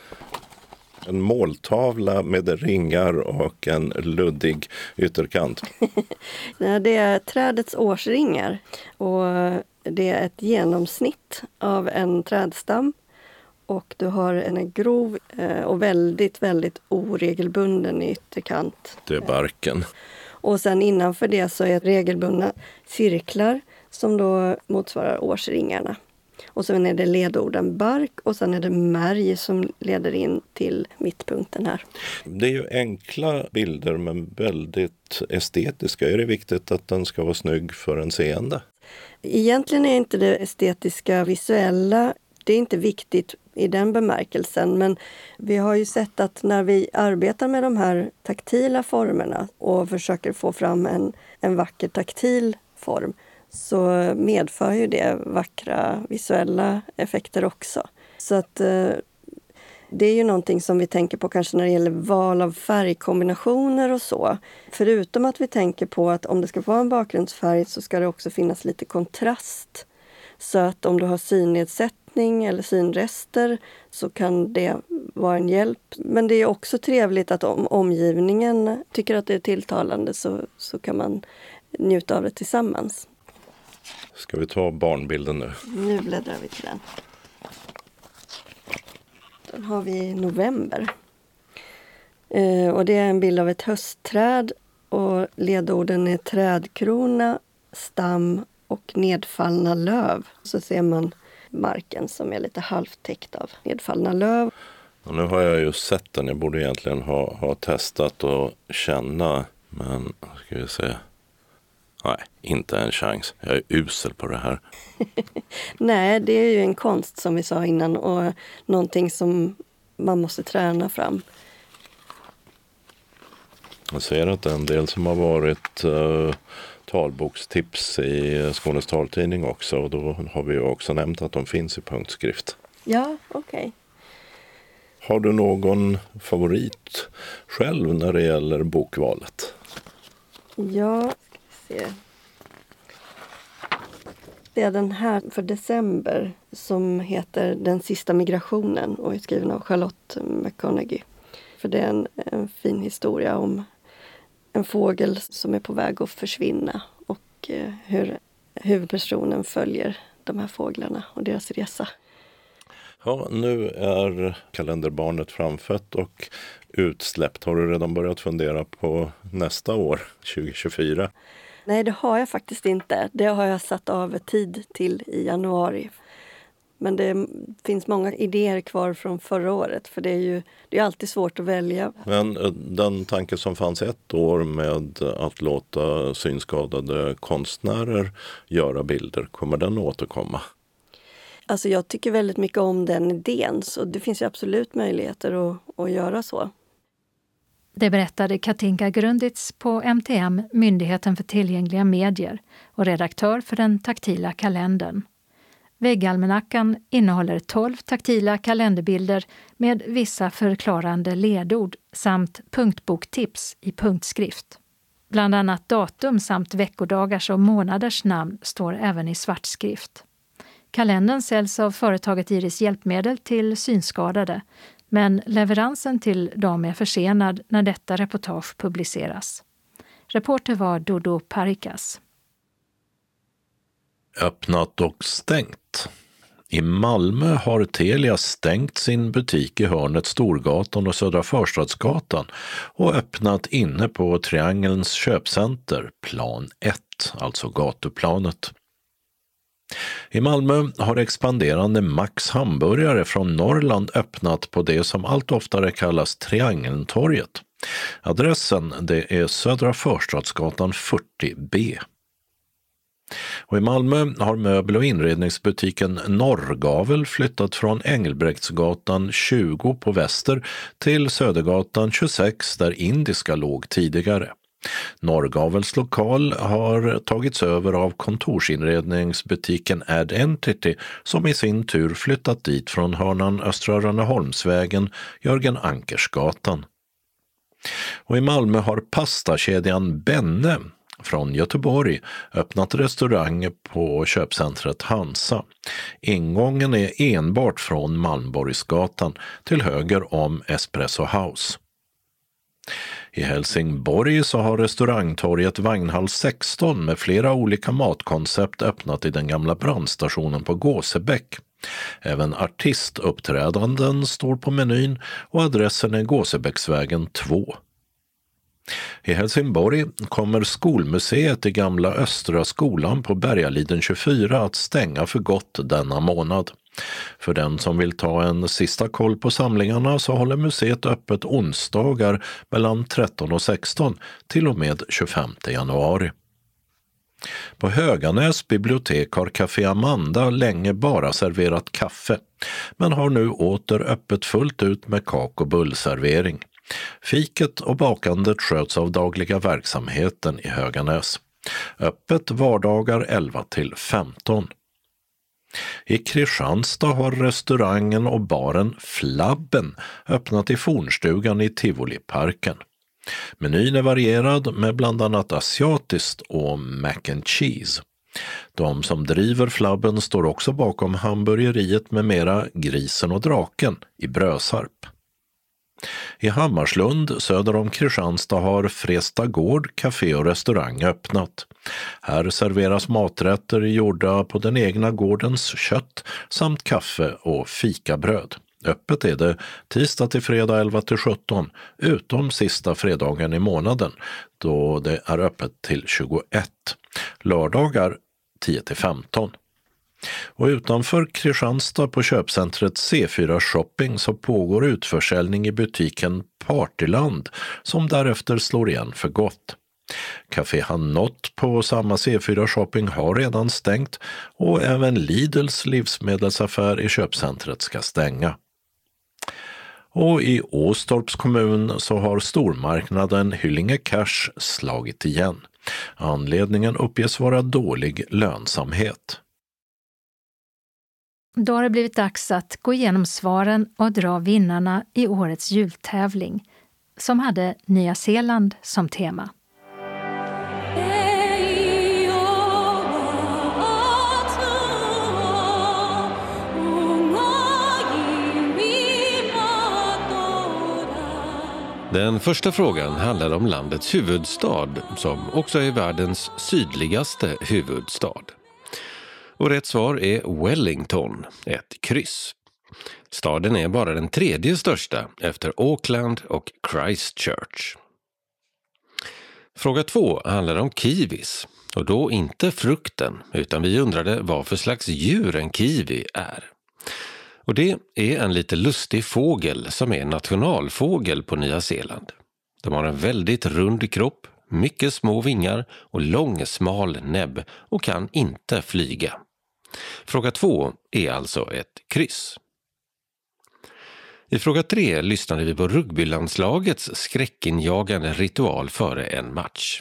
En måltavla med ringar och en luddig ytterkant. Nej, det är trädets årsringar och det är ett genomsnitt av en trädstam. Och du har en grov och väldigt, väldigt oregelbunden ytterkant. Det är barken. Och sen innanför det så är regelbundna cirklar som då motsvarar årsringarna. Och sen är det ledorden bark och sen är det märg som leder in till mittpunkten här. Det är ju enkla bilder men väldigt estetiska. Är det viktigt att den ska vara snygg för en seende? Egentligen är inte det estetiska visuella, det är inte viktigt i den bemärkelsen. Men vi har ju sett att när vi arbetar med de här taktila formerna och försöker få fram en, en vacker taktil form så medför ju det vackra visuella effekter också. Så att eh, det är ju någonting som vi tänker på kanske när det gäller val av färgkombinationer och så. Förutom att vi tänker på att om det ska vara en bakgrundsfärg så ska det också finnas lite kontrast. Så att om du har synnedsättning eller synrester så kan det vara en hjälp. Men det är också trevligt att om omgivningen tycker att det är tilltalande så, så kan man njuta av det tillsammans. Ska Ska vi ta barnbilden nu? Nu bläddrar vi till den. Den har vi i november. Eh, och det är en bild av ett höstträd och ledorden är trädkrona, stam och nedfallna löv. Så ser man marken som är lite halvt täckt av nedfallna löv. Och nu har jag ju sett den. Jag borde egentligen ha, ha testat och känna. Men ska vi se. Nej, inte en chans. Jag är usel på det här. Nej, det är ju en konst som vi sa innan och någonting som man måste träna fram. Jag ser att en del som har varit uh, talbokstips i Skånes taltidning också. Och då har vi ju också nämnt att de finns i punktskrift. Ja, okej. Okay. Har du någon favorit själv när det gäller bokvalet? Ja, ska vi se. Det är den här för december som heter Den sista migrationen och är skriven av Charlotte McConaughey. För det är en, en fin historia om en fågel som är på väg att försvinna och eh, hur huvudpersonen följer de här fåglarna och deras resa. Ja, nu är kalenderbarnet framfött och utsläppt. Har du redan börjat fundera på nästa år, tjugo tjugofyra? Nej, det har jag faktiskt inte. Det har jag satt av tid till i januari. Men det finns många idéer kvar från förra året. För det är ju det är alltid svårt att välja. Men den tanke som fanns ett år med att låta synskadade konstnärer göra bilder, kommer den återkomma? Alltså jag tycker väldigt mycket om den idén. Så det finns ju absolut möjligheter att, att göra så. Det berättade Katinka Grunditz på M T M, Myndigheten för tillgängliga medier, och redaktör för den taktila kalendern. Väggalmanackan innehåller tolv taktila kalenderbilder med vissa förklarande ledord samt punktboktips i punktskrift. Bland annat datum samt veckodagars och månaders namn står även i svartskrift. Kalendern säljs av företaget Iris Hjälpmedel till synskadade, men leveransen till dem är försenad när detta reportage publiceras. Reporter var Dodo Parikas. Öppnat och stängt. I Malmö har Telia stängt sin butik i hörnet Storgatan och Södra Förstadsgatan och öppnat inne på Triangelns köpcenter, plan ett, alltså gatuplanet. I Malmö har expanderande Max hamburgare från Norrland öppnat på det som allt oftare kallas Triangeltorget. Adressen det är Södra Förstadsgatan fyrtio B. Och i Malmö har möbel- och inredningsbutiken Norrgavel flyttat från Engelbrektsgatan tjugo på väster till Södergatan tjugosex där Indiska låg tidigare. Norrgavels lokal har tagits över av kontorsinredningsbutiken Ad Entity som i sin tur flyttat dit från hörnan Östra Rönneholmsvägen, Jörgen Ankersgatan. Och i Malmö har pastakedjan Benne från Göteborg öppnat restaurang på köpcentret Hansa. Ingången är enbart från Malmborgsgatan till höger om Espresso House. I Helsingborg så har restaurangtorget Vagnhall sexton med flera olika matkoncept öppnat i den gamla brandstationen på Gåsebäck. Även artistuppträdanden står på menyn och adressen är Gåsebäcksvägen två. I Helsingborg kommer skolmuseet i gamla Östra skolan på Bergaliden tjugofyra att stänga för gott denna månad. För den som vill ta en sista koll på samlingarna så håller museet öppet onsdagar mellan tretton och sexton till och med tjugofemte januari. På Höganäs bibliotek har Café Amanda länge bara serverat kaffe, men har nu åter öppet fullt ut med kak- och bullservering. Fiket och bakandet sköts av dagliga verksamheten i Höganäs. Öppet vardagar elva till femton. I Kristianstad har restaurangen och baren Flabben öppnat i Fornstugan i Tivoliparken. Menyn är varierad med bland annat asiatiskt och mac and cheese. De som driver Flabben står också bakom hamburgeriet med mera Grisen och draken i Brösarp. I Hammarslund söder om Kristianstad har Fresta gård, café och restaurang öppnat. Här serveras maträtter gjorda på den egna gårdens kött samt kaffe och fikabröd. Öppet är det tisdag till fredag elva till sjutton, utom sista fredagen i månaden då det är öppet till tjugoett. Lördagar tio till femton. Och utanför Kristianstad på köpcentret C fyra Shopping så pågår utförsäljning i butiken Partyland som därefter slår igen för gott. Café Hanott på samma C fyra Shopping har redan stängt och även Lidls livsmedelsaffär i köpcentret ska stänga. Och i Åstorps kommun så har stormarknaden Hyllinge Cash slagit igen. Anledningen uppges vara dålig lönsamhet. Då har det blivit dags att gå igenom svaren och dra vinnarna i årets jultävling som hade Nya Zeeland som tema. Den första frågan handlar om landets huvudstad som också är världens sydligaste huvudstad. Och rätt svar är Wellington, ett kryss. Staden är bara den tredje största efter Auckland och Christchurch. Fråga två handlar om kiwis, och då inte frukten, utan vi undrade vad för slags djur en kiwi är. Och det är en lite lustig fågel som är nationalfågel på Nya Zeeland. De har en väldigt rund kropp, mycket små vingar och lång smal näbb och kan inte flyga. Fråga två är alltså ett kryss. I fråga tre lyssnade vi på rugbylandslagets skräckinjagande ritual före en match.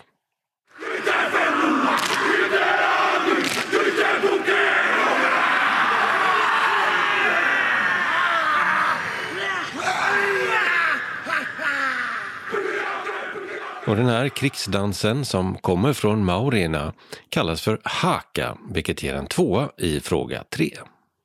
Och den här krigsdansen som kommer från maorierna kallas för haka, vilket ger en tvåa i fråga tre.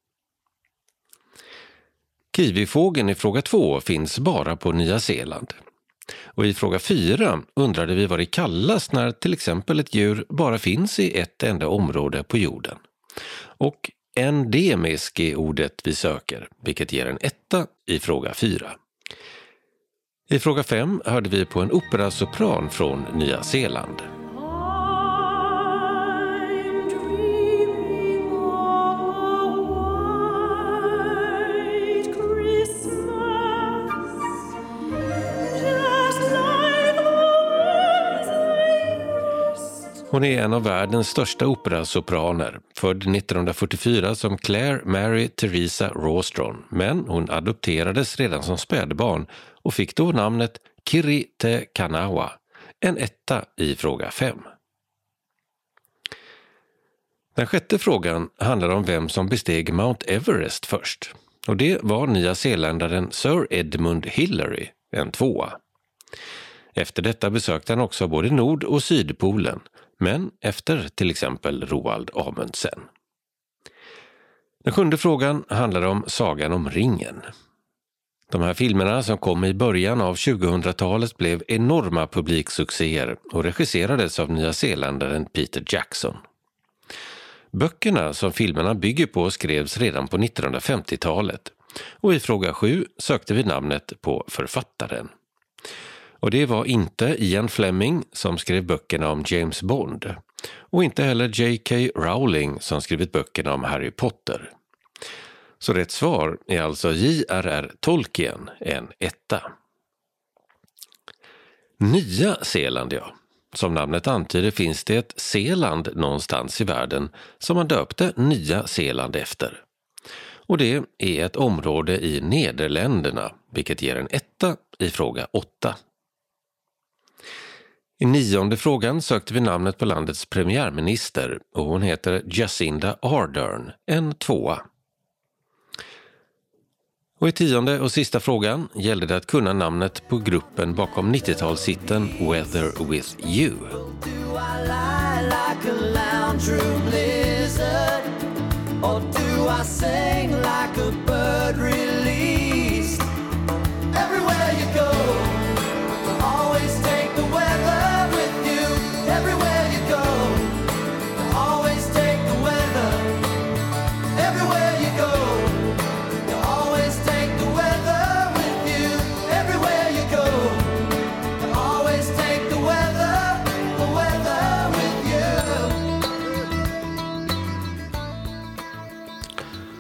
Kiwifågeln i fråga två finns bara på Nya Zeeland. Och i fråga fyra undrade vi vad det kallas när till exempel ett djur bara finns i ett enda område på jorden. Och endemisk är ordet vi söker, vilket ger en etta i fråga fyra. I fråga fem hörde vi på en operasopran från Nya Zeeland. Hon är en av världens största operasopraner, född nittonhundrafyrtiofyra som Claire Mary Theresa Rawstron, men hon adopterades redan som spädbarn och fick då namnet Kiri Te Kanawa, en etta i fråga fem. Den sjätte frågan handlar om vem som besteg Mount Everest först, och det var nya zeeländaren Sir Edmund Hillary, en tvåa. Efter detta besökte han också både Nord- och Sydpolen, men efter till exempel Roald Amundsen. Den sjunde frågan handlar om Sagan om ringen. De här filmerna som kom i början av tjugohundratalet blev enorma publiksuccéer och regisserades av nyzeeländaren Peter Jackson. Böckerna som filmerna bygger på skrevs redan på nittonhundrafemtiotalet och i fråga sju sökte vi namnet på författaren. Och det var inte Ian Fleming som skrev böckerna om James Bond och inte heller J K Rowling som skrivit böckerna om Harry Potter. Så rätt svar är alltså J R R Tolkien, en etta. Nya Zeeland, ja. Som namnet antyder finns det ett Zeeland någonstans i världen som man döpte Nya Zeeland efter. Och det är ett område i Nederländerna, vilket ger en etta i fråga åtta. I nionde frågan sökte vi namnet på landets premiärminister och hon heter Jacinda Ardern, en tvåa. Och i tionde och sista frågan gällde det att kunna namnet på gruppen bakom nittiotalshitten Weather With You. Everywhere you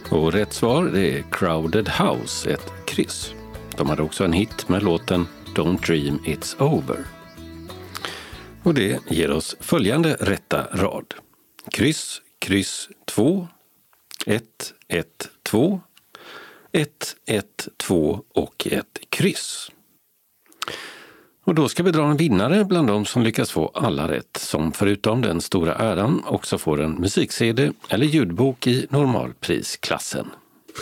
Och rätt svar det är Crowded House, ett kryss. De hade också en hit med låten Don't Dream It's Over. Och det ger oss följande rätta rad. Kryss, kryss, två, ett, ett, två, ett, ett, två och ett kryss. Och då ska vi dra en vinnare bland de som lyckas få alla rätt, som förutom den stora äran också får en musik-C D eller ljudbok i normalprisklassen.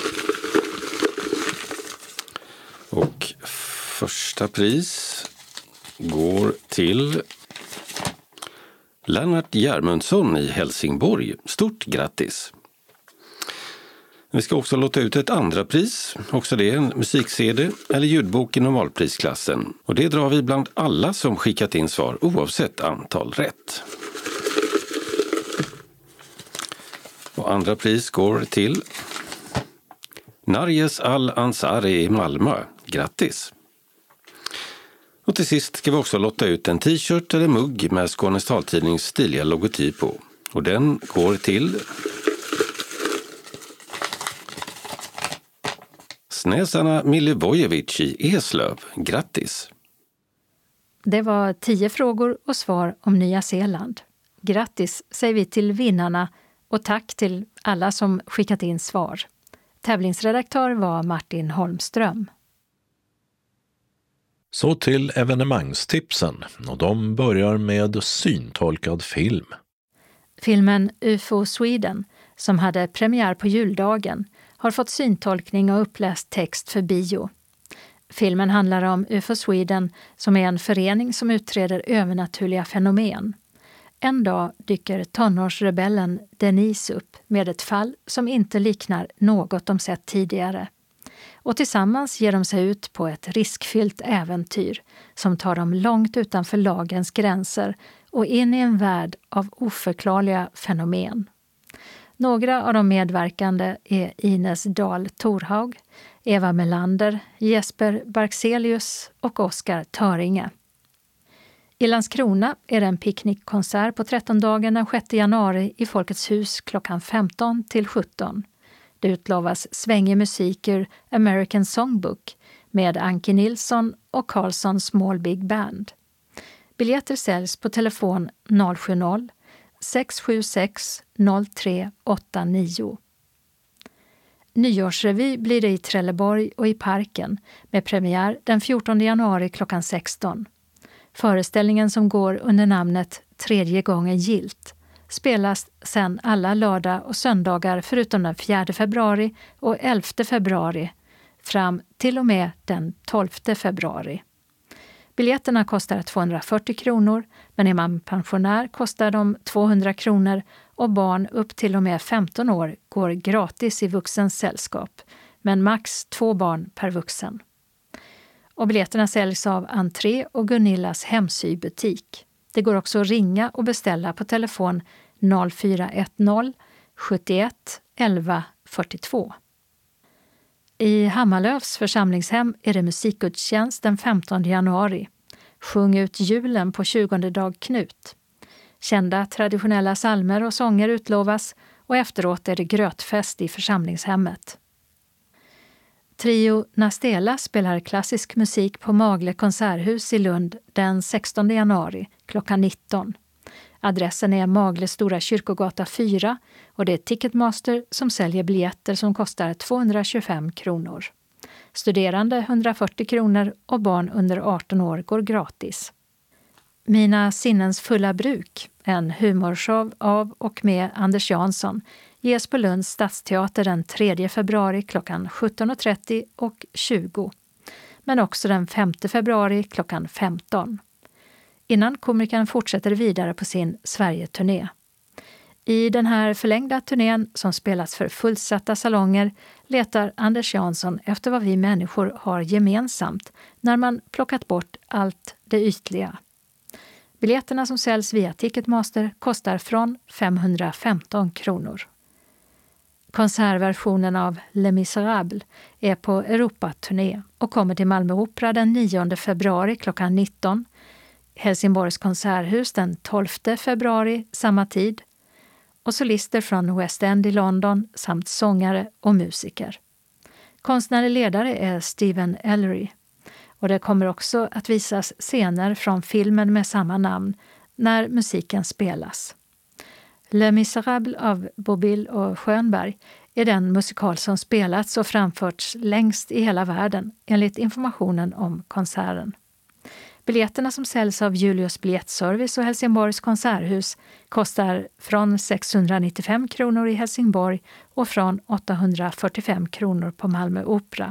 Och första pris går till Lennart Järmundsson i Helsingborg. Stort grattis! Vi ska också låta ut ett andra pris, också det en musik-C D eller ljudbok i normalprisklassen. Och det drar vi bland alla som skickat in svar oavsett antal rätt. Och andra pris går till Narjes Al-Ansari i Malmö. Grattis! Och till sist ska vi också låta ut en t-shirt eller mugg med Skånes taltidnings stiliga logotyp på. Och den går till Snäsarna Milivojevic i Eslöv. Grattis! Det var tio frågor och svar om Nya Zeeland. Grattis säger vi till vinnarna och tack till alla som skickat in svar. Tävlingsredaktör var Martin Holmström. Så till evenemangstipsen, och de börjar med syntolkad film. Filmen U F O Sweden, som hade premiär på juldagen, har fått syntolkning och uppläst text för bio. Filmen handlar om U F O Sweden, som är en förening som utreder övernaturliga fenomen. En dag dyker tonårsrebellen Denise upp med ett fall som inte liknar något de sett tidigare. Och tillsammans ger de sig ut på ett riskfyllt äventyr som tar dem långt utanför lagens gränser och in i en värld av oförklarliga fenomen. Några av de medverkande är Ines Dahl Torhaug, Eva Melander, Jesper Barkselius och Oskar Töringe. I Landskrona är det en picknickkonsert på trettondagen den sjätte januari i Folkets hus klockan femton till sjutton. Det utlovas svängig musik ur American Songbook med Anki Nilsson och Carlson Small Big Band. Biljetter säljs på telefon noll sju noll sex sju sex noll tre åtta nio. Nyårsrevy blir det i Trelleborg och i Parken med premiär den fjortonde januari klockan sexton. Föreställningen, som går under namnet Tredje gången gilt, spelas sedan alla lördag och söndagar förutom den fjärde februari och elfte februari fram till och med den tolfte februari. Biljetterna kostar tvåhundrafyrtio kronor, men är man pensionär kostar de tvåhundra kronor och barn upp till och med femton år går gratis i vuxens sällskap, men max två barn per vuxen. Och biljetterna säljs av Entré och Gunillas hemsybutik. Det går också att ringa och beställa på telefon noll fyra ett noll sjuttioett elva fyrtiotvå. I Hammarlövs församlingshem är det musikgudstjänst den femtonde januari. Sjung ut julen på tjugonde dag Knut. Kända traditionella salmer och sånger utlovas och efteråt är det grötfest i församlingshemmet. Trio Nastela spelar klassisk musik på Magle konserthus i Lund den sextonde januari klockan nitton. Adressen är Magle Stora Kyrkogata fyra och det är Ticketmaster som säljer biljetter som kostar tvåhundratjugofem kronor. Studerande hundrafyrtio kronor och barn under arton år går gratis. Mina sinnens fulla bruk, en humorshow av och med Anders Jansson, ges på Lunds stadsteater den tredje februari klockan sjutton trettio och tjugo, men också den femte februari klockan femton. Innan komikern fortsätter vidare på sin Sverige-turné. I den här förlängda turnén, som spelas för fullsatta salonger, letar Anders Jansson efter vad vi människor har gemensamt när man plockat bort allt det ytliga. Biljetterna som säljs via Ticketmaster kostar från femhundrafemton kronor. Konsertversionen av Les Misérables är på Europaturné och kommer till Malmö Opera den nionde februari klockan nitton, Helsingborgs konserthus den tolfte februari samma tid och solister från West End i London samt sångare och musiker. Konstnärlig ledare är Stephen Ellery och det kommer också att visas scener från filmen med samma namn när musiken spelas. Les Misérables av Bobil och Schönberg är den musikal som spelats och framförts längst i hela världen enligt informationen om konserten. Biljetterna som säljs av Julius biljettservice och Helsingborgs konserthus kostar från sexhundranittiofem kronor i Helsingborg och från åttahundrafyrtiofem kronor på Malmö Opera.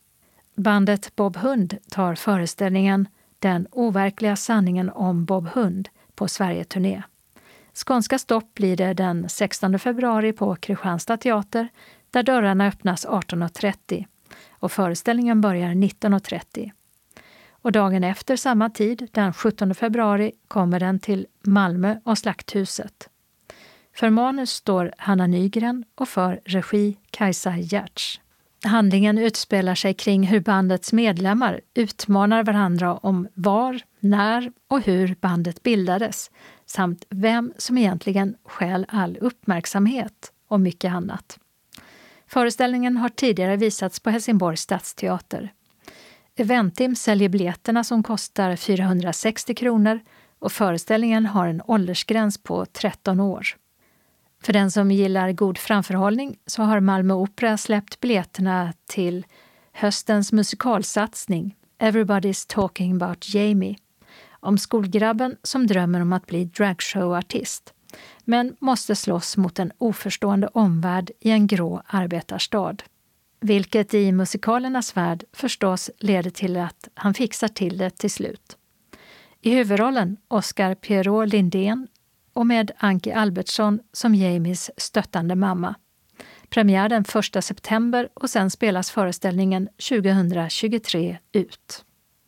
Bandet Bob Hund tar föreställningen Den overkliga sanningen om Bob Hund på Sverige-turné. Skånska stopp blir det den sextonde februari på Kristianstad teater där dörrarna öppnas arton och trettio och föreställningen börjar nitton och trettio. Och dagen efter samma tid, den sjuttonde februari, kommer den till Malmö och Slakthuset. För manus står Hanna Nygren och för regi Kajsa Giertz. Handlingen utspelar sig kring hur bandets medlemmar utmanar varandra om var, när och hur bandet bildades samt vem som egentligen stjäl all uppmärksamhet och mycket annat. Föreställningen har tidigare visats på Helsingborgs stadsteater. Eventim säljer biljetterna som kostar fyrahundrasextio kronor och föreställningen har en åldersgräns på tretton år. För den som gillar god framförhållning så har Malmö Opera släppt biljetterna till höstens musikalsatsning Everybody's Talking About Jamie om skolgrabben som drömmer om att bli dragshowartist men måste slåss mot en oförstående omvärld i en grå arbetarstad. Vilket i musikalernas värld förstås leder till att han fixar till det till slut. I huvudrollen Oscar Pierrot Lindén och med Anki Albertsson som Jamies stöttande mamma. Premiär den första september och sen spelas föreställningen tjugohundratjugotre ut.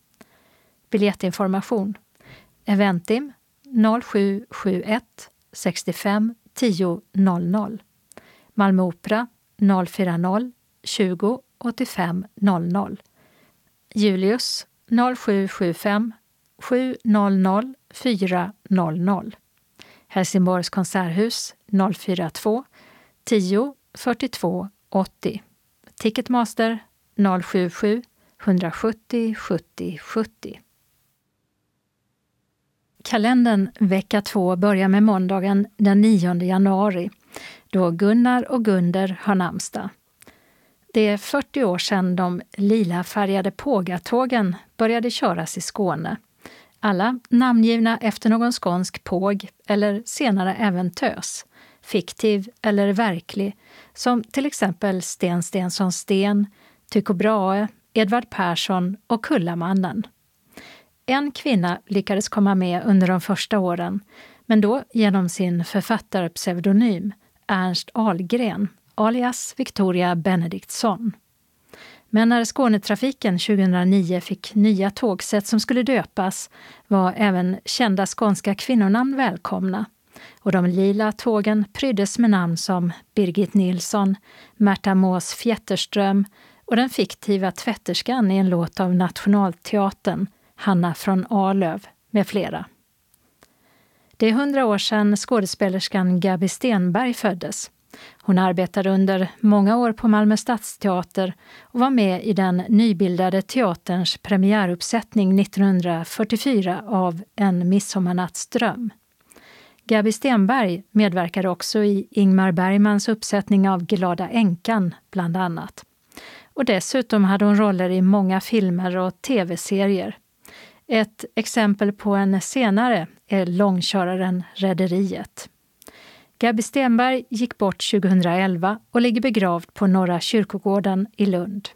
Biljettinformation. Eventim noll sju sju ett sextiofem tio noll noll. Malmö Opera noll fyra noll tjugo åttiofem noll noll. Julius noll sju sju fem sju noll noll fyra noll noll. Helsingborgs konserthus noll fyra två tio fyrtiotvå åttio. Ticketmaster noll sju sju etthundrasjuttio sjuttio sjuttio. Kalendern vecka två börjar med måndagen den nionde januari då Gunnar och Gunder har namnsdag. Det är fyrtio år sedan de lila färgade pågatågen började köras i Skåne. Alla namngivna efter någon skånsk påg eller senare även tös, fiktiv eller verklig, som till exempel Sten Stensson Sten, Tycho Brahe, Edvard Persson och Kullamannen. En kvinna lyckades komma med under de första åren, men då genom sin författarpseudonym Ernst Ahlgren, alias Victoria Benediktsson. Men när Skånetrafiken tjugohundranio fick nya tågsätt som skulle döpas var även kända skånska kvinnonamn välkomna. Och de lila tågen pryddes med namn som Birgit Nilsson, Märta Mås Fjätterström och den fiktiva tvätterskan i en låt av Nationalteatern, Hanna från Arlöv med flera. Det är hundra år sedan skådespelerskan Gabi Stenberg föddes. Hon arbetade under många år på Malmö stadsteater och var med i den nybildade teaterns premiäruppsättning nittonhundrafyrtiofyra av En midsommarnattsdröm. Gabi Stenberg medverkade också i Ingmar Bergmans uppsättning av Glada änkan bland annat. Och dessutom hade hon roller i många filmer och tv-serier. Ett exempel på en senare är långköraren Rederiet. Gabi Stenberg gick bort tjugohundraelva och ligger begravd på Norra kyrkogården i Lund.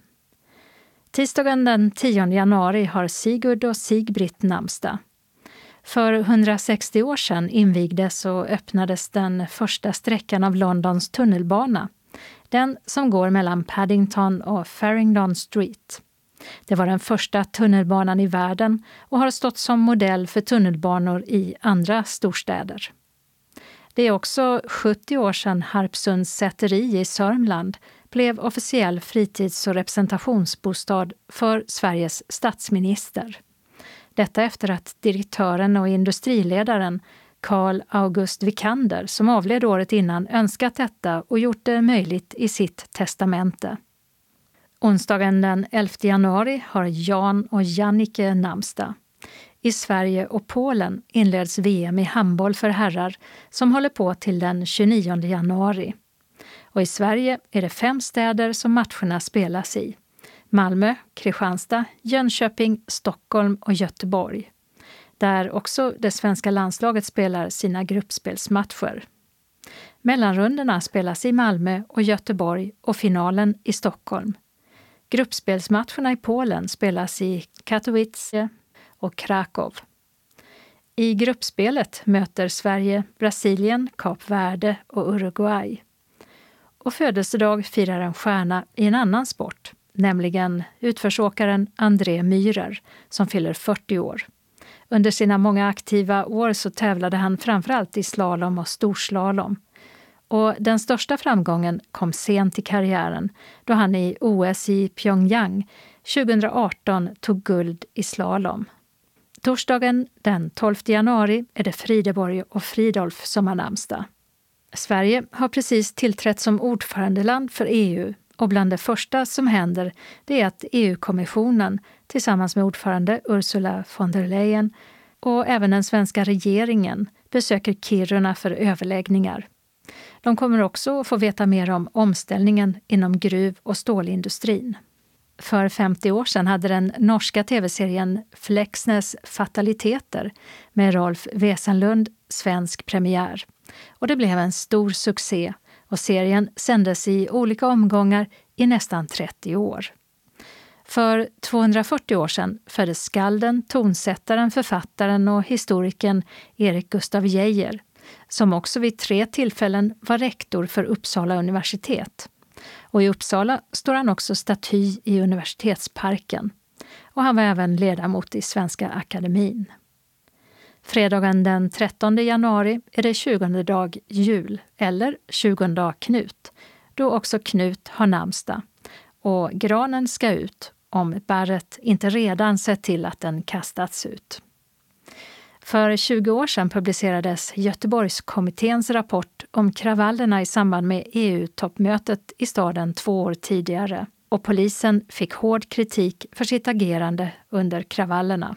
Tisdagen den tionde januari har Sigurd och Sigbritt namnsdag. För hundrasextio år sedan invigdes och öppnades den första sträckan av Londons tunnelbana, den som går mellan Paddington och Farringdon Street. Det var den första tunnelbanan i världen och har stått som modell för tunnelbanor i andra storstäder. Det är också sjuttio år sedan Harpsunds säteri i Sörmland blev officiell fritids- och representationsbostad för Sveriges statsminister. Detta efter att direktören och industriledaren Carl August Vikander, som avled året innan, önskat detta och gjort det möjligt i sitt testamente. Onsdagen den elfte januari har Jan och Jannike namnsdag. I Sverige och Polen inleds V M i handboll för herrar som håller på till den tjugonionde januari. Och i Sverige är det fem städer som matcherna spelas i. Malmö, Kristianstad, Jönköping, Stockholm och Göteborg. Där också det svenska landslaget spelar sina gruppspelsmatcher. Mellanrundorna spelas i Malmö och Göteborg och finalen i Stockholm. Gruppspelsmatcherna i Polen spelas i Katowice och Krakow. I gruppspelet möter Sverige Brasilien, Kap Verde och Uruguay. Och födelsedag firar en stjärna i en annan sport, nämligen utförsåkaren André Myhrer som fyller fyrtio år. Under sina många aktiva år så tävlade han framförallt i slalom och storslalom. Och den största framgången kom sent i karriären då han i O S i Pyongyang tjugoarton tog guld i slalom. Torsdagen den tolfte januari är det Frideborg och Fridolf som har namnsdag. Sverige har precis tillträtt som ordförandeland för E U och bland det första som händer det är att E U-kommissionen tillsammans med ordförande Ursula von der Leyen och även den svenska regeringen besöker Kiruna för överläggningar. De kommer också att få veta mer om omställningen inom gruv- och stålindustrin. För femtio år sedan hade den norska tv-serien Fleksnes fataliteter med Rolf Wesenlund svensk premiär. Och det blev en stor succé och serien sändes i olika omgångar i nästan trettio år. För tvåhundrafyrtio år sedan föddes skalden, tonsättaren, författaren och historikern Erik Gustaf Geijer, som också vid tre tillfällen var rektor för Uppsala universitet. Och i Uppsala står han också staty i universitetsparken. Och han var även ledamot i Svenska akademin. Fredagen den trettonde januari är det tjugonde dag jul, eller tjugonde dag Knut, då också Knut har namnsdag. Och granen ska ut om barret inte redan sett till att den kastats ut. För tjugo år sedan publicerades Göteborgskommitténs rapport om kravallerna i samband med E U-toppmötet i staden två år tidigare. Och polisen fick hård kritik för sitt agerande under kravallerna.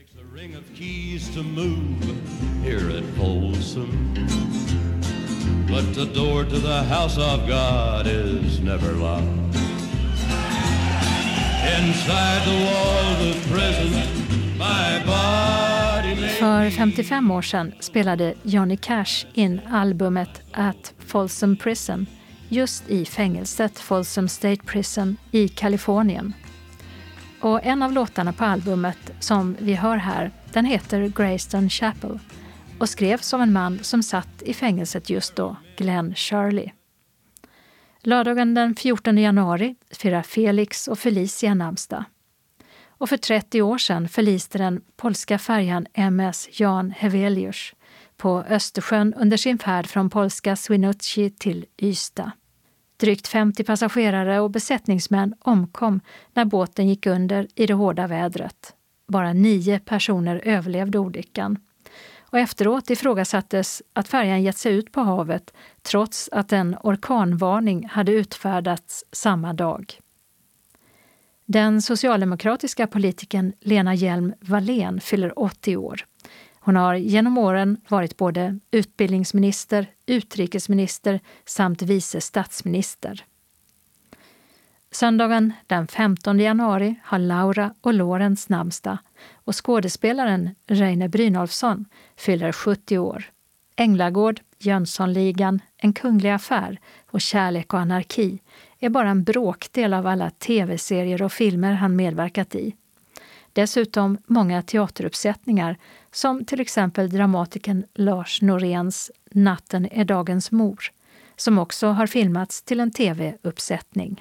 För femtiofem år sedan spelade Johnny Cash in albumet At Folsom Prison just i fängelset Folsom State Prison i Kalifornien. Och en av låtarna på albumet som vi hör här, den heter Greystone Chapel och skrevs av en man som satt i fängelset just då, Glenn Shirley. Lördagen den fjortonde januari firar Felix och Felicia namnsdag. Och för trettio år sedan förliste den polska färjan M S Jan Heweliusz på Östersjön under sin färd från polska Swinoujscie till Ystad. Drygt femtio passagerare och besättningsmän omkom när båten gick under i det hårda vädret. Bara nio personer överlevde olyckan. Och efteråt ifrågasattes att färjan gett sig ut på havet trots att en orkanvarning hade utfärdats samma dag. Den socialdemokratiska politikern Lena Hjelm-Wallén fyller åttio år. Hon har genom åren varit både utbildningsminister, utrikesminister samt vice statsminister. Söndagen den femtonde januari har Laura och Lorentz namnsdag och skådespelaren Reine Brynolfsson fyller sjuttio år. Änglagård, Jönssonligan, En kunglig affär och Kärlek och anarki är bara en bråkdel av alla tv-serier och filmer han medverkat i. Dessutom många teateruppsättningar som till exempel dramatikern Lars Noréns Natten är dagens mor, som också har filmats till en tv-uppsättning.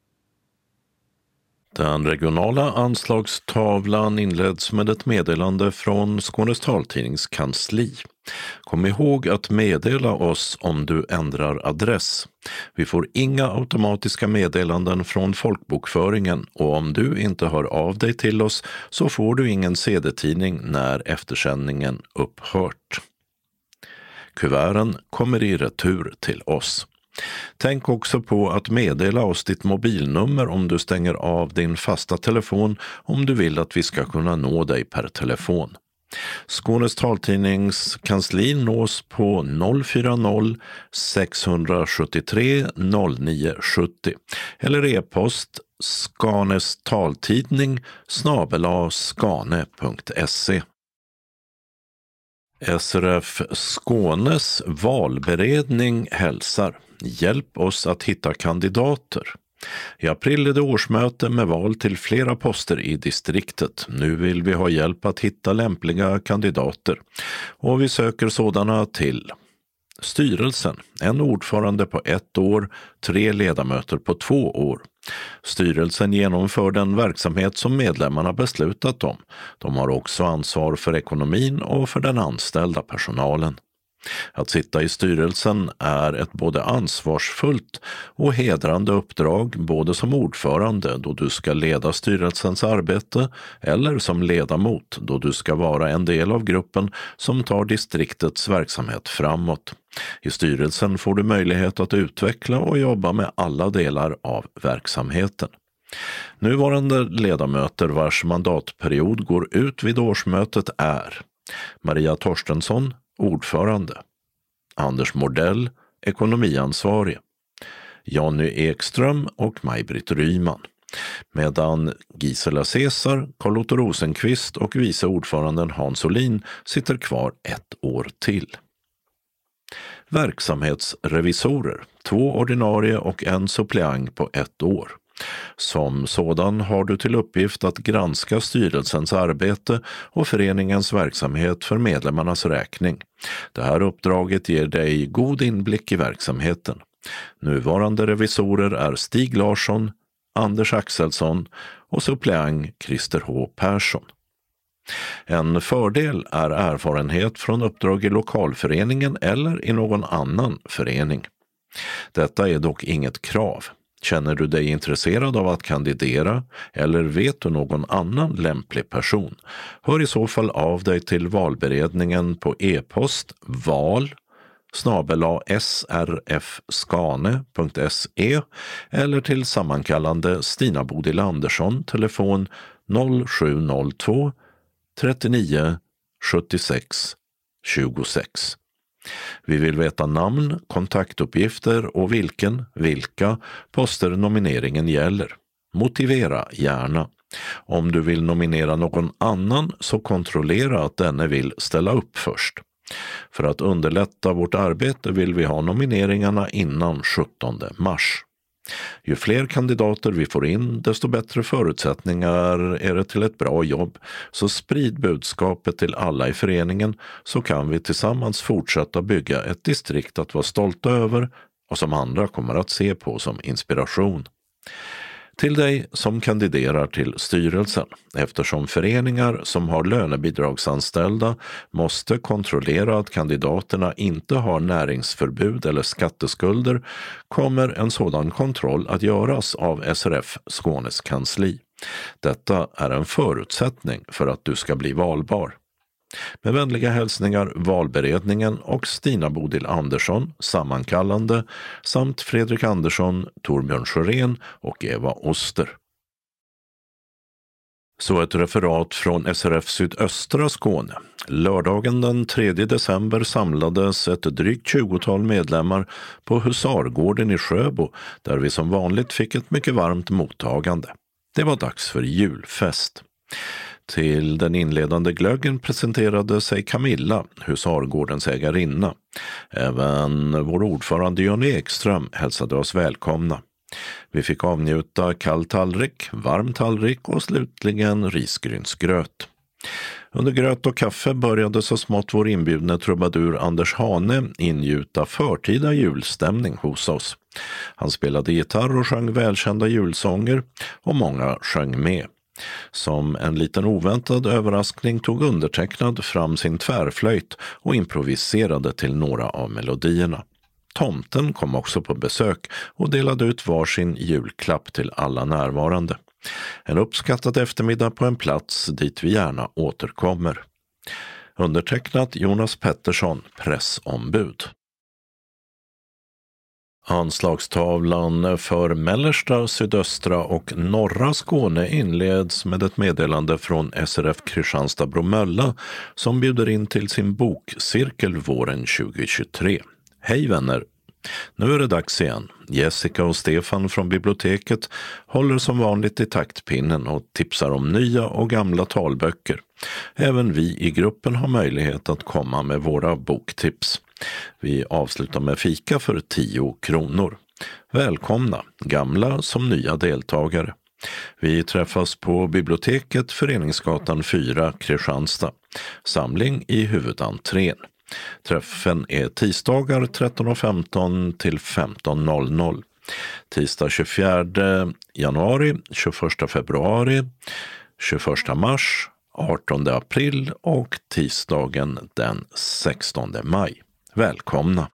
Den regionala anslagstavlan inleds med ett meddelande från Skånes taltidnings kansli. Kom ihåg att meddela oss om du ändrar adress. Vi får inga automatiska meddelanden från folkbokföringen och om du inte hör av dig till oss så får du ingen C D-tidning när eftersändningen upphört. Kuverten kommer i retur till oss. Tänk också på att meddela oss ditt mobilnummer om du stänger av din fasta telefon om du vill att vi ska kunna nå dig per telefon. Skånes taltidnings kansli nås på noll fyra noll sex sju tre noll nio sju noll eller e-post Skanes taltidning snabel-a skane punkt se. S R F Skånes valberedning hälsar. Hjälp oss att hitta kandidater. I april är det årsmöte med val till flera poster i distriktet. Nu vill vi ha hjälp att hitta lämpliga kandidater. Och vi söker sådana till styrelsen. En ordförande på ett år, tre ledamöter på två år. Styrelsen genomför den verksamhet som medlemmarna beslutat om. De har också ansvar för ekonomin och för den anställda personalen. Att sitta i styrelsen är ett både ansvarsfullt och hedrande uppdrag, både som ordförande då du ska leda styrelsens arbete eller som ledamot då du ska vara en del av gruppen som tar distriktets verksamhet framåt. I styrelsen får du möjlighet att utveckla och jobba med alla delar av verksamheten. Nuvarande ledamöter vars mandatperiod går ut vid årsmötet är Maria Torstensson, ordförande. Anders Mordell, ekonomiansvarig. Jonny Ekström och Maj-Britt Ryman. Medan Gisela Cesar, Carl-Otto Rosenqvist och vice ordföranden Hans Olin sitter kvar ett år till. Verksamhetsrevisorer, två ordinarie och en suppleant på ett år. Som sådan har du till uppgift att granska styrelsens arbete och föreningens verksamhet för medlemmarnas räkning. Det här uppdraget ger dig god inblick i verksamheten. Nuvarande revisorer är Stig Larsson, Anders Axelsson och suppleant Christer H. Persson. En fördel är erfarenhet från uppdrag i lokalföreningen eller i någon annan förening. Detta är dock inget krav. Känner du dig intresserad av att kandidera eller vet du någon annan lämplig person? Hör i så fall av dig till valberedningen på e-post val snabel-a srfskane punkt se eller till sammankallande Stina Bodil Andersson, telefon noll sju noll två trettionio sjuttiosex tjugosex. Vi vill veta namn, kontaktuppgifter och vilken, vilka poster nomineringen gäller. Motivera gärna. Om du vill nominera någon annan så kontrollera att denne vill ställa upp först. För att underlätta vårt arbete vill vi ha nomineringarna innan sjuttonde mars. Ju fler kandidater vi får in, desto bättre förutsättningar är det till ett bra jobb. Så sprid budskapet till alla i föreningen så kan vi tillsammans fortsätta bygga ett distrikt att vara stolta över och som andra kommer att se på som inspiration. Till dig som kandiderar till styrelsen, eftersom föreningar som har lönebidragsanställda måste kontrollera att kandidaterna inte har näringsförbud eller skatteskulder, kommer en sådan kontroll att göras av S R F Skånes kansli. Detta är en förutsättning för att du ska bli valbar. Med vänliga hälsningar valberedningen och Stina Bodil Andersson, sammankallande, samt Fredrik Andersson, Torbjörn Sjörén och Eva Oster. Så ett referat från S R F Sydöstra Skåne. Lördagen den tredje december samlades ett drygt tjugotal medlemmar på Husargården i Sjöbo där vi som vanligt fick ett mycket varmt mottagande. Det var dags för julfest. Till den inledande glöggen presenterade sig Camilla, Husargårdens ägarinna. Även vår ordförande Jonny Ekström hälsade oss välkomna. Vi fick avnjuta kall tallrik, varm tallrik och slutligen risgrynsgröt. Under gröt och kaffe började så smått vår inbjudne trubadur Anders Hane ingjuta förtida julstämning hos oss. Han spelade gitarr och sjöng välkända julsånger och många sjöng med. Som en liten oväntad överraskning tog undertecknad fram sin tvärflöjt och improviserade till några av melodierna. Tomten kom också på besök och delade ut varsin julklapp till alla närvarande. En uppskattad eftermiddag på en plats dit vi gärna återkommer. Undertecknat Jonas Pettersson, pressombud. Anslagstavlan för mellersta, sydöstra och norra Skåne inleds med ett meddelande från S R F Kristianstad-Bromölla som bjuder in till sin bokcirkel våren tjugohundratjugotre. Hej vänner! Nu är det dags igen. Jessica och Stefan från biblioteket håller som vanligt i taktpinnen och tipsar om nya och gamla talböcker. Även vi i gruppen har möjlighet att komma med våra boktips. Vi avslutar med fika för tio kronor. Välkomna, gamla som nya deltagare. Vi träffas på biblioteket Föreningsgatan fyra, Kristianstad. Samling i huvudentrén. Träffen är tisdagar tretton femton till femton noll noll. Tisdag tjugofjärde januari, tjugoförsta februari, tjugoförsta mars, artonde april och tisdagen den sextonde maj. Välkomna!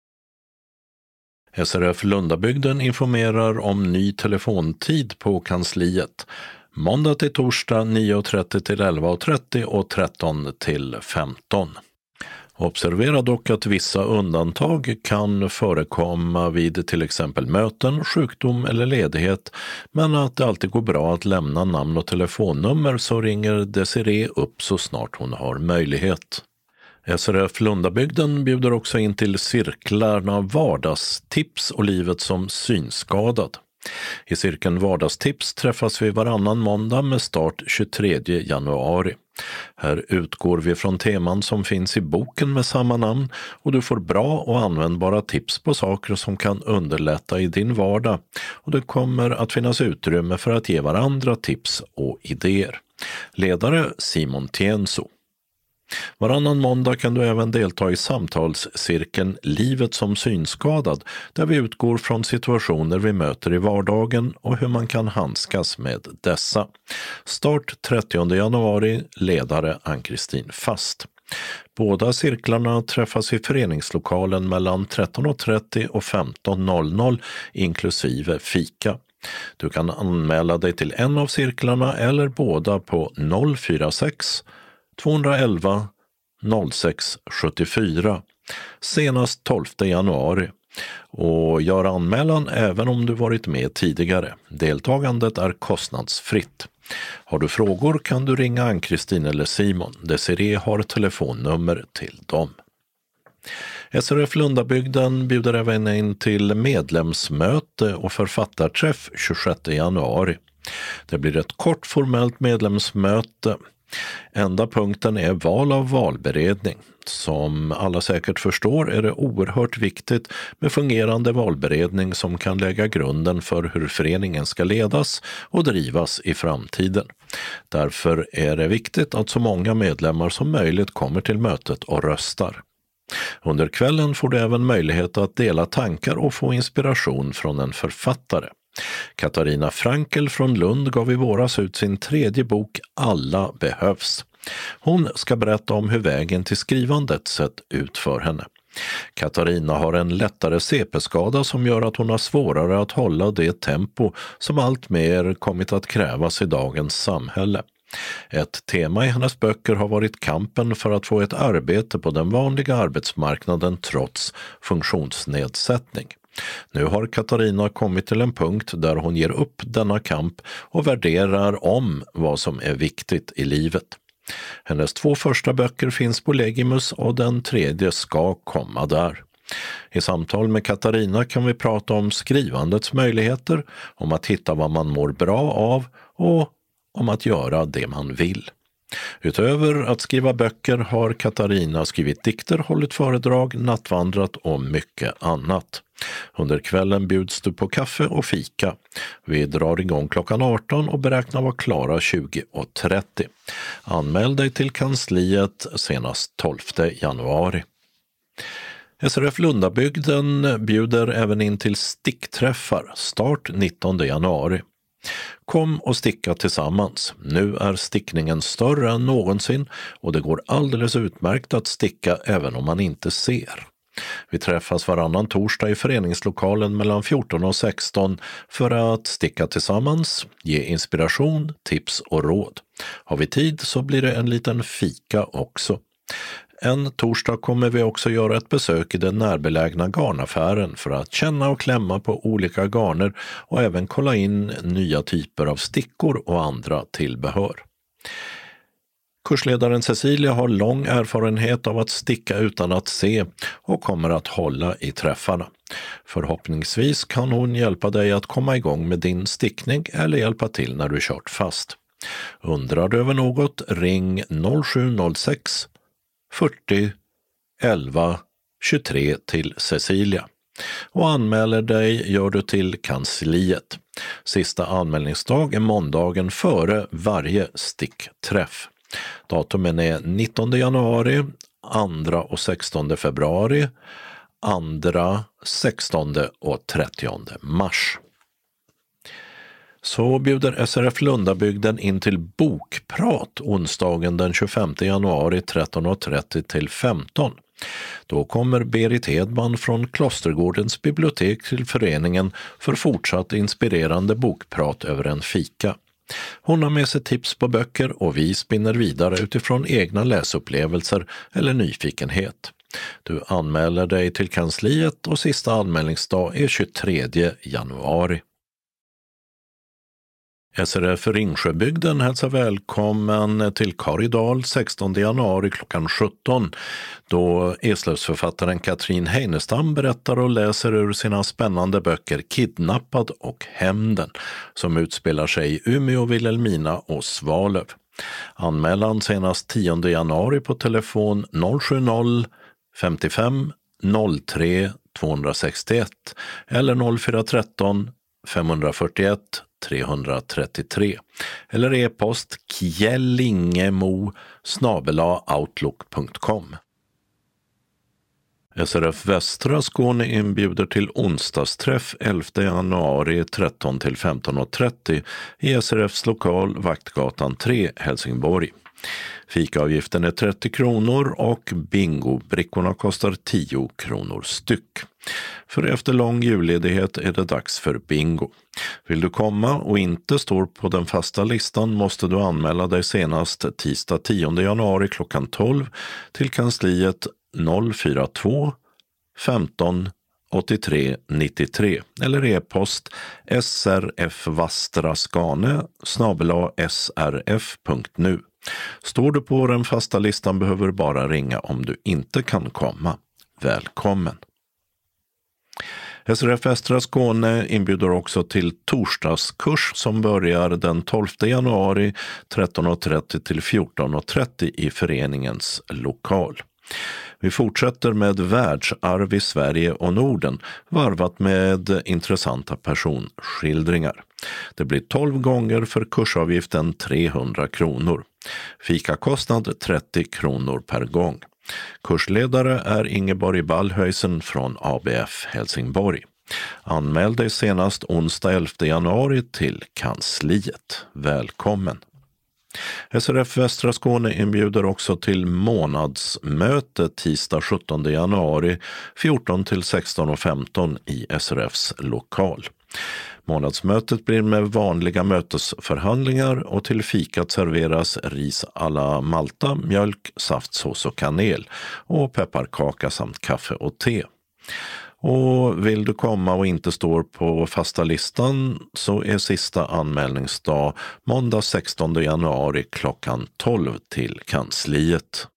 S R F Lundabygden informerar om ny telefontid på kansliet. Måndag till torsdag nio trettio till elva trettio och tretton till femton. Observera dock att vissa undantag kan förekomma vid till exempel möten, sjukdom eller ledighet, men att det alltid går bra att lämna namn och telefonnummer så ringer Desiree upp så snart hon har möjlighet. S R F Lundabygden bjuder också in till cirklarna Vardagstips och livet som synskadad. I cirkeln Vardagstips träffas vi varannan måndag med start tjugotredje januari. Här utgår vi från teman som finns i boken med samma namn och du får bra och användbara tips på saker som kan underlätta i din vardag och det kommer att finnas utrymme för att ge varandra tips och idéer. Ledare Simon Tienso. Varannan måndag kan du även delta i samtalscirkeln Livet som synskadad där vi utgår från situationer vi möter i vardagen och hur man kan handskas med dessa. Start trettionde januari, ledare Ann-Kristin Fast. Båda cirklarna träffas i föreningslokalen mellan tretton trettio och femton noll noll inklusive fika. Du kan anmäla dig till en av cirklarna eller båda på noll fyra sex två elva noll sex sjuttiofyra senast tolfte januari och gör anmälan även om du varit med tidigare. Deltagandet är kostnadsfritt. Har du frågor kan du ringa Ann-Kristin eller Simon. Desiree har telefonnummer till dem. S R F Lundabygden bjuder även in till medlemsmöte och författarträff tjugosjätte januari. Det blir ett kort formellt medlemsmöte. Enda punkten är val av valberedning. Som alla säkert förstår är det oerhört viktigt med fungerande valberedning som kan lägga grunden för hur föreningen ska ledas och drivas i framtiden. Därför är det viktigt att så många medlemmar som möjligt kommer till mötet och röstar. Under kvällen får du även möjlighet att dela tankar och få inspiration från en författare. Katarina Frankel från Lund gav i våras ut sin tredje bok Alla behövs. Hon ska berätta om hur vägen till skrivandet sett ut för henne. Katarina har en lättare C P-skada som gör att hon har svårare att hålla det tempo som allt mer kommit att krävas i dagens samhälle. Ett tema i hennes böcker har varit kampen för att få ett arbete på den vanliga arbetsmarknaden trots funktionsnedsättning. Nu har Katarina kommit till en punkt där hon ger upp denna kamp och värderar om vad som är viktigt i livet. Hennes två första böcker finns på Legimus och den tredje ska komma där. I samtal med Katarina kan vi prata om skrivandets möjligheter, om att hitta vad man mår bra av och om att göra det man vill. Utöver att skriva böcker har Katarina skrivit dikter, hållit föredrag, nattvandrat och mycket annat. Under kvällen bjuds du på kaffe och fika. Vi drar igång klockan arton och beräknar vara klara tjugo trettio. Anmäl dig till kansliet senast tolfte januari. S R F Lundabygden bjuder även in till stickträffar, start nittonde januari. Kom och sticka tillsammans. Nu är stickningen större än någonsin och det går alldeles utmärkt att sticka även om man inte ser. Vi träffas varannan torsdag i föreningslokalen mellan fjorton och sexton för att sticka tillsammans, ge inspiration, tips och råd. Har vi tid så blir det en liten fika också. En torsdag kommer vi också göra ett besök i den närbelägna garnaffären för att känna och klämma på olika garner och även kolla in nya typer av stickor och andra tillbehör. Kursledaren Cecilia har lång erfarenhet av att sticka utan att se och kommer att hålla i träffarna. Förhoppningsvis kan hon hjälpa dig att komma igång med din stickning eller hjälpa till när du kört fast. Undrar du över något, ring noll sju noll sex fyrtio elva tjugotre till Cecilia. Och anmäler dig gör du till kansliet. Sista anmälningsdag är måndagen före varje stickträff. Datumen är nittonde januari, andra och sextonde februari, andra, sextonde och trettionde mars. Så bjuder S R F Lundabygden in till bokprat onsdagen den tjugofemte januari tretton och trettio till femton. Då kommer Berit Hedman från Klostergårdens bibliotek till föreningen för fortsatt inspirerande bokprat över en fika. Hon har med sig tips på böcker och vi spinner vidare utifrån egna läsupplevelser eller nyfikenhet. Du anmäler dig till kansliet och sista anmälningsdag är tjugotredje januari. S R F Ringsjöbygden hälsar välkommen till Karidal sextonde januari klockan sjutton då Eslövsförfattaren Katrin Heinestam berättar och läser ur sina spännande böcker Kidnappad och Hämnden som utspelar sig i Umeå, Vilhelmina och Svalöv. Anmälan senast tionde januari på telefon noll sju noll femtiofem noll tre tvåhundrasextioett eller noll fyra ett tre femhundrafyrtioett trehundratrettiotre eller e-post kjellingemo snabel-a outlook punkt com. S R F Västra Skåne inbjuder till onsdagsträff elfte januari tretton till femton och trettio i S R F:s lokal Vaktgatan tre, Helsingborg. Fikaavgiften är trettio kronor och bingobrickorna kostar tio kronor styck. För efter lång julledighet är det dags för bingo. Vill du komma och inte står på den fasta listan måste du anmäla dig senast tisdag tionde januari klockan tolv till kansliet noll fyra två femton åttiotre nittiotre eller e-post srfvastraskane snabel-a srf punkt nu. Står du på den fasta listan behöver du bara ringa om du inte kan komma. Välkommen! S R F Västra Skåne inbjuder också till torsdagskurs som börjar den tolfte januari tretton och trettio till fjorton och trettio i föreningens lokal. Vi fortsätter med världsarv i Sverige och Norden varvat med intressanta personskildringar. Det blir tolv gånger för kursavgiften trehundra kronor. Fikakostnad trettio kronor per gång. Kursledare är Ingeborg Ballhöjsen från A B F Helsingborg. Anmäl dig senast onsdag elfte januari till kansliet. Välkommen! S R F Västra Skåne inbjuder också till månadsmöte tisdag sjuttonde januari fjorton till sexton och femton i S R F:s lokal. Månadsmötet blir med vanliga mötesförhandlingar och till fikat serveras ris alla Malta, mjölk, saftsås och kanel och pepparkaka samt kaffe och te. Och vill du komma och inte står på fasta listan så är sista anmälningsdag måndag sextonde januari klockan tolv till kansliet.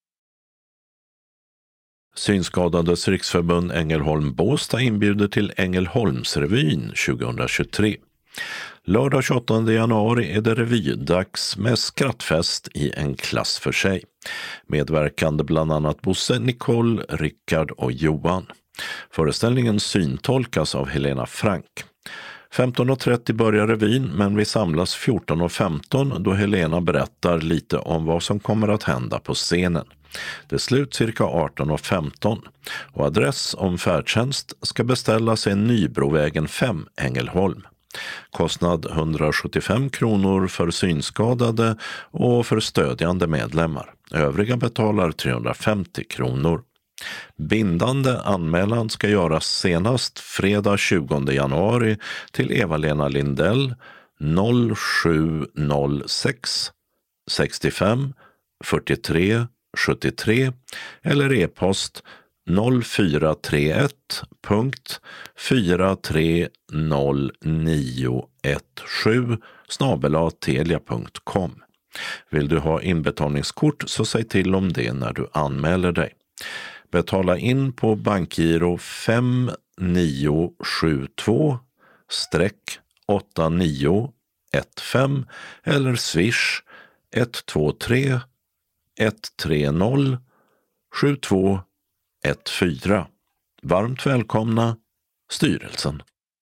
Synskadades riksförbund Ängelholm-Båstad inbjuder till Ängelholmsrevyn tjugohundratjugotre. Lördag tjugoåttonde januari är det revydags med skrattfest i en klass för sig. Medverkande bland annat Bosse, Nicole, Rickard och Johan. Föreställningen syntolkas av Helena Frank. femton och trettio börjar revyn men vi samlas fjorton och femton då Helena berättar lite om vad som kommer att hända på scenen. Det slut cirka arton och femton och adress om färdtjänst ska beställas i Nybrovägen fem, Ängelholm. Kostnad hundrasjuttiofem kronor för synskadade och för stödjande medlemmar. Övriga betalar trehundrafemtio kronor. Bindande anmälan ska göras senast fredag tjugonde januari till Eva-Lena Lindell noll sju noll sex sextiofem fyrtiotre sjuttiotre eller e-post noll fyra tre ett punkt fyra tre noll nio ett sju snabel-a telia punkt com. Vill du ha inbetalningskort så säg till om det när du anmäler dig. Betala in på bankgiro fem nio sju två åtta nio ett fem eller swish ett två tre ett tre noll sju två ett fyra. Varmt välkomna, styrelsen.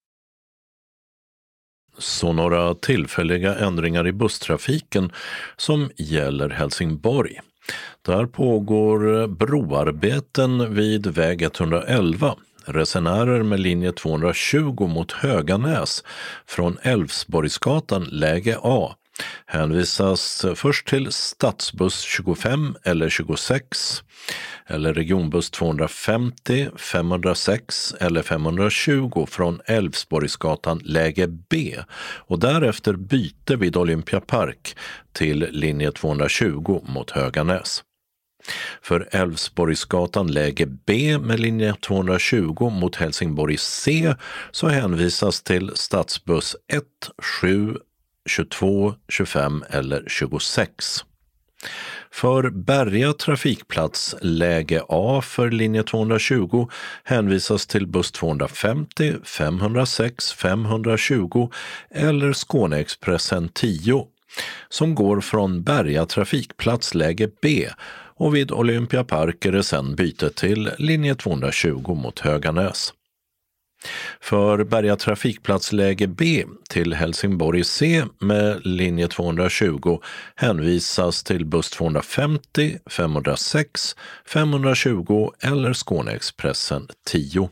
Så några tillfälliga ändringar i busstrafiken som gäller Helsingborg. Där pågår broarbeten vid väg etthundraelva. Resenärer med linje tvåhundratjugo mot Höganäs från Älvsborgsgatan läge A hänvisas först till stadsbuss tjugofem eller tjugosex eller regionbuss tvåhundrafemtio, femhundrasex eller femhundratjugo från Älvsborgsgatan läge B och därefter byte vid Olympiapark till linje tvåhundratjugo mot Höganäs. För Älvsborgsgatan läge B med linje tvåhundratjugo mot Helsingborg C så hänvisas till stadsbuss ett, sju, tjugotvå, tjugofem eller tjugosex. För Berga trafikplats läge A för linje tvåhundratjugo hänvisas till buss tvåhundrafemtio, femhundrasex, femhundratjugo eller Skåneexpressen tio som går från Berga trafikplats läge B och vid Olympiapark är det sedan byte till linje tvåhundratjugo mot Höganäs. För Berga trafikplats läge B till Helsingborg C med linje tvåhundratjugo hänvisas till buss tvåhundrafemtio, femhundrasex, femhundratjugo eller Skåneexpressen tio.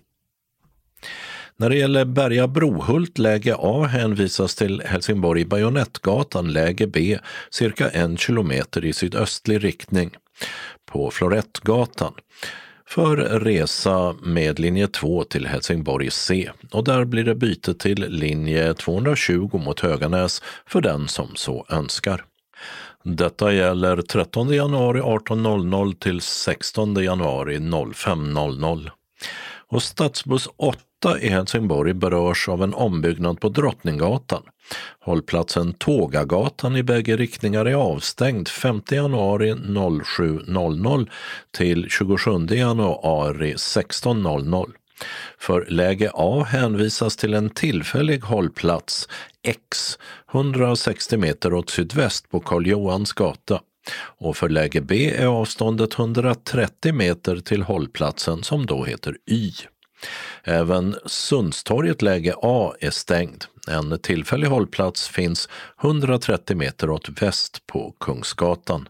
När det gäller Berga Brohult läge A hänvisas till Helsingborg Bajonettgatan läge B cirka en kilometer i sydöstlig riktning på Florettgatan för resa med linje två till Helsingborg C och där blir det byte till linje tvåhundratjugo mot Höganäs för den som så önskar. Detta gäller trettonde januari arton noll noll till sextonde januari fem noll noll. Och stadsbuss åtta i Helsingborg berörs av en ombyggnad på Drottninggatan. Hållplatsen Tågagatan i bägge riktningar är avstängd femte januari sju noll noll till tjugosjunde januari sexton noll noll. För läge A hänvisas till en tillfällig hållplats X hundrasextio meter åt sydväst på Karl Johans gata. Och för läge B är avståndet hundratrettio meter till hållplatsen som då heter Y. Även Sundstorget läge A är stängd. En tillfällig hållplats finns hundratrettio meter åt väst på Kungsgatan.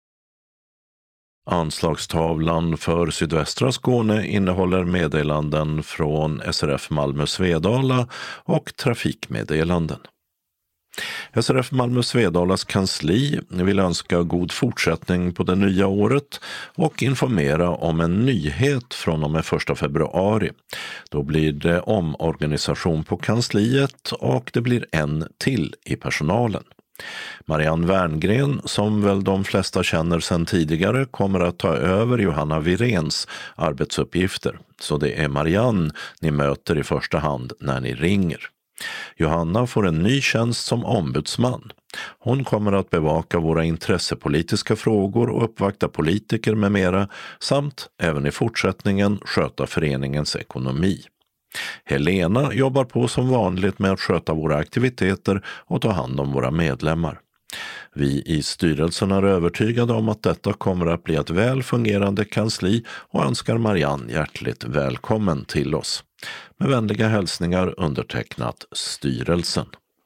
Anslagstavlan för sydvästra Skåne innehåller meddelanden från S R F Malmö Svedala och trafikmeddelanden. S R F Malmö Svedalas kansli vill önska god fortsättning på det nya året och informera om en nyhet från och med första februari. Då blir det omorganisation på kansliet och det blir en till i personalen. Marianne Werngren, som väl de flesta känner sedan tidigare, kommer att ta över Johanna Virens arbetsuppgifter. Så det är Marianne ni möter i första hand när ni ringer. Johanna får en ny tjänst som ombudsman. Hon kommer att bevaka våra intressepolitiska frågor och uppvakta politiker med mera samt även i fortsättningen sköta föreningens ekonomi. Helena jobbar på som vanligt med att sköta våra aktiviteter och ta hand om våra medlemmar. Vi i styrelsen är övertygade om att detta kommer att bli ett väl fungerande kansli och önskar Marianne hjärtligt välkommen till oss. Med vänliga hälsningar undertecknat styrelsen.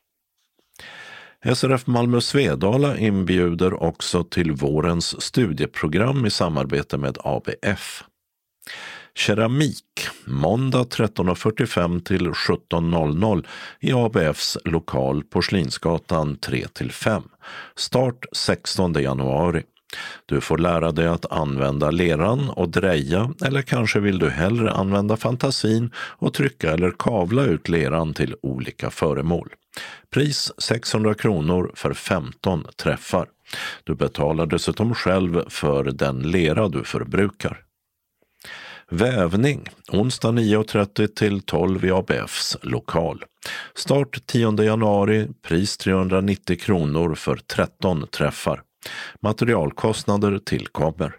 S R F Malmö Svedala inbjuder också till vårens studieprogram i samarbete med A B F. Keramik, måndag tretton fyrtiofem till sjutton noll noll i A B Fs lokal Porslinsgatan tre till fem. Start sextonde januari. Du får lära dig att använda leran och dreja, eller kanske vill du hellre använda fantasin och trycka eller kavla ut leran till olika föremål. Pris sexhundra kronor för femton träffar. Du betalar dessutom själv för den lera du förbrukar. Vävning, onsdag nio och trettio till tolv i A B F:s lokal. Start tionde januari, pris trehundranittio kronor för tretton träffar. Materialkostnader tillkommer.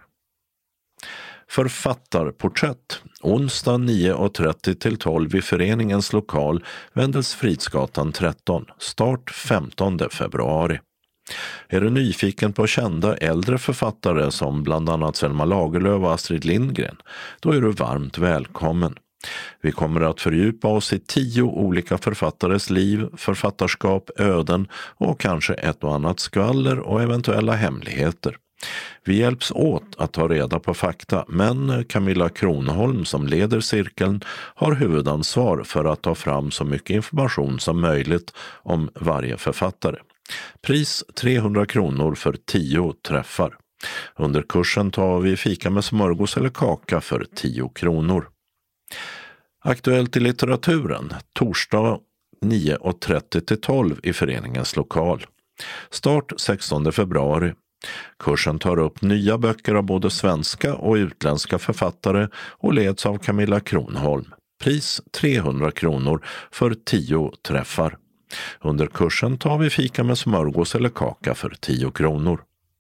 Författarporträtt, onsdag nio och trettio till tolv i föreningens lokal, Wendelsfridsgatan tretton, start femtonde februari. Är du nyfiken på kända äldre författare som bland annat Selma Lagerlöf och Astrid Lindgren, då är du varmt välkommen. Vi kommer att fördjupa oss i tio olika författares liv, författarskap, öden och kanske ett och annat skvaller och eventuella hemligheter. Vi hjälps åt att ta reda på fakta, men Camilla Kronholm som leder cirkeln har huvudansvar för att ta fram så mycket information som möjligt om varje författare. Pris trehundra kronor för tio träffar. Under kursen tar vi fika med smörgås eller kaka för tio kronor. Aktuellt i litteraturen, torsdag nio och trettio till tolv i föreningens lokal. Start sextonde februari. Kursen tar upp nya böcker av både svenska och utländska författare och leds av Camilla Kronholm. Pris trehundra kronor för tio träffar. Under kursen tar vi fika med smörgås eller kaka för tio kronor.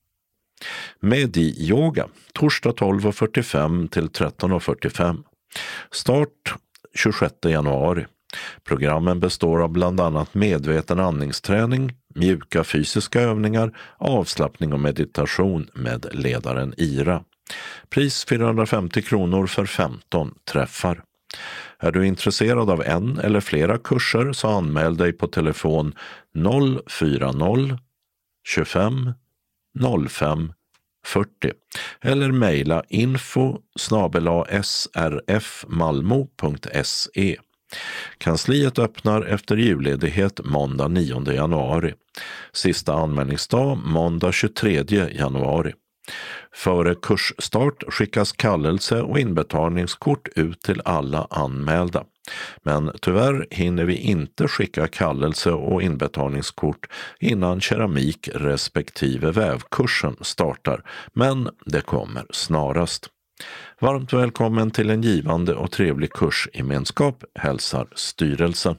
Medi-yoga, torsdag tolv och fyrtiofem till tretton och fyrtiofem. Start tjugosjätte januari. Programmen består av bland annat medveten andningsträning, mjuka fysiska övningar, avslappning och meditation med ledaren Ira. Pris fyrahundrafemtio kronor för femton träffar. Är du intresserad av en eller flera kurser så anmäl dig på telefon noll fyra noll tjugofem noll fem fyrtio eller mejla info snabel-a s r f malmo punkt se. Kansliet öppnar efter julledighet måndag nionde januari. Sista anmälningsdag måndag tjugotredje januari. Före kursstart skickas kallelse och inbetalningskort ut till alla anmälda. Men tyvärr hinner vi inte skicka kallelse och inbetalningskort innan keramik respektive vävkursen startar, men det kommer snarast. Varmt välkommen till en givande och trevlig kursgemenskap, hälsar styrelsen.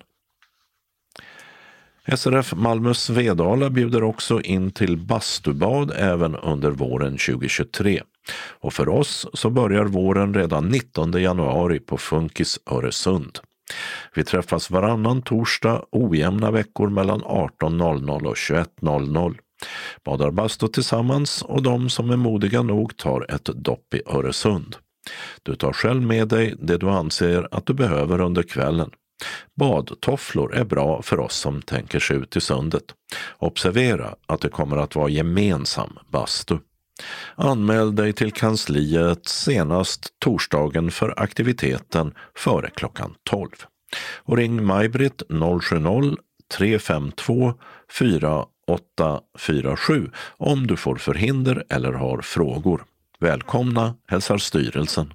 S R F Malmö Svedala bjuder också in till bastubad även under våren tjugohundratjugotre. Och för oss så börjar våren redan nittonde januari på Funkis Öresund. Vi träffas varannan torsdag ojämna veckor mellan arton noll noll och tjugoett noll noll. Badar bastu tillsammans och de som är modiga nog tar ett dopp i Öresund. Du tar själv med dig det du anser att du behöver under kvällen. Badtofflor är bra för oss som tänker sig ut i sundet. Observera att det kommer att vara gemensam bastu. Anmäl dig till kansliet senast torsdagen för aktiviteten före klockan tolv. Och ring Maj-Britt noll sju noll tre fem två fyra åtta fyra sju om du får förhinder eller har frågor. Välkomna, hälsar styrelsen.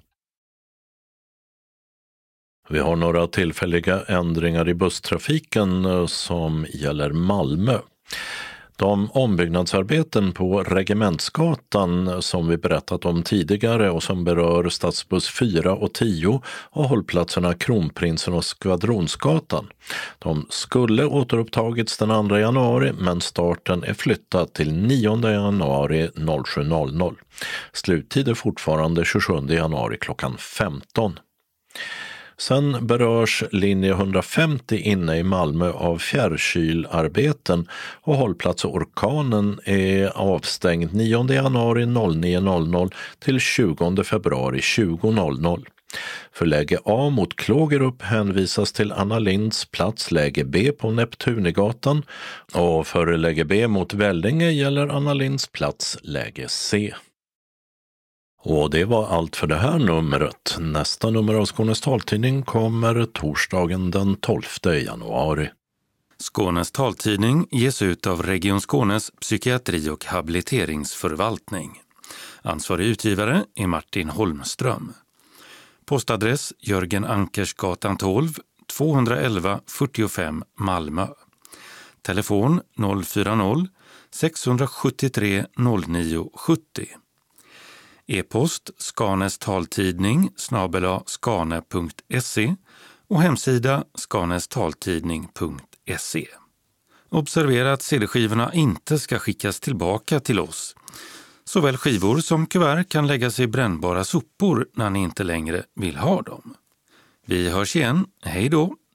Vi har några tillfälliga ändringar i busstrafiken som gäller Malmö. De ombyggnadsarbeten på Regementsgatan som vi berättat om tidigare och som berör stadsbuss fyra och tio och hållplatserna Kronprinsen och Skvadronsgatan. De skulle återupptagits den andra januari men starten är flyttad till nionde januari sju noll noll. Sluttid är fortfarande tjugosjunde januari klockan femton. Sen berörs linje etthundrafemtio inne i Malmö av fjärrkylarbeten och hållplats Orkanen är avstängd nionde januari nio noll noll till tjugonde februari tjugo noll noll. För läge A mot Klågerup hänvisas till Anna Linds plats läge B på Neptunigatan och för läge B mot Vällinge gäller Anna Linds plats läge C. Och det var allt för det här numret. Nästa nummer av Skånes taltidning kommer torsdagen den tolfte januari. Skånes taltidning ges ut av Region Skånes psykiatri- och habiliteringsförvaltning. Ansvarig utgivare är Martin Holmström. Postadress Jörgen Ankersgatan tolv, tvåhundraelva fyrtiofem Malmö. Telefon noll fyra noll sex sju tre noll nio sju noll. E-post Skanes taltidning snabel-a skane punkt se och hemsida skanestaltidning punkt se. Observera att C D-skivorna inte ska skickas tillbaka till oss. Såväl skivor som kuvert kan läggas i brännbara sopor när ni inte längre vill ha dem. Vi hörs igen. Hej då!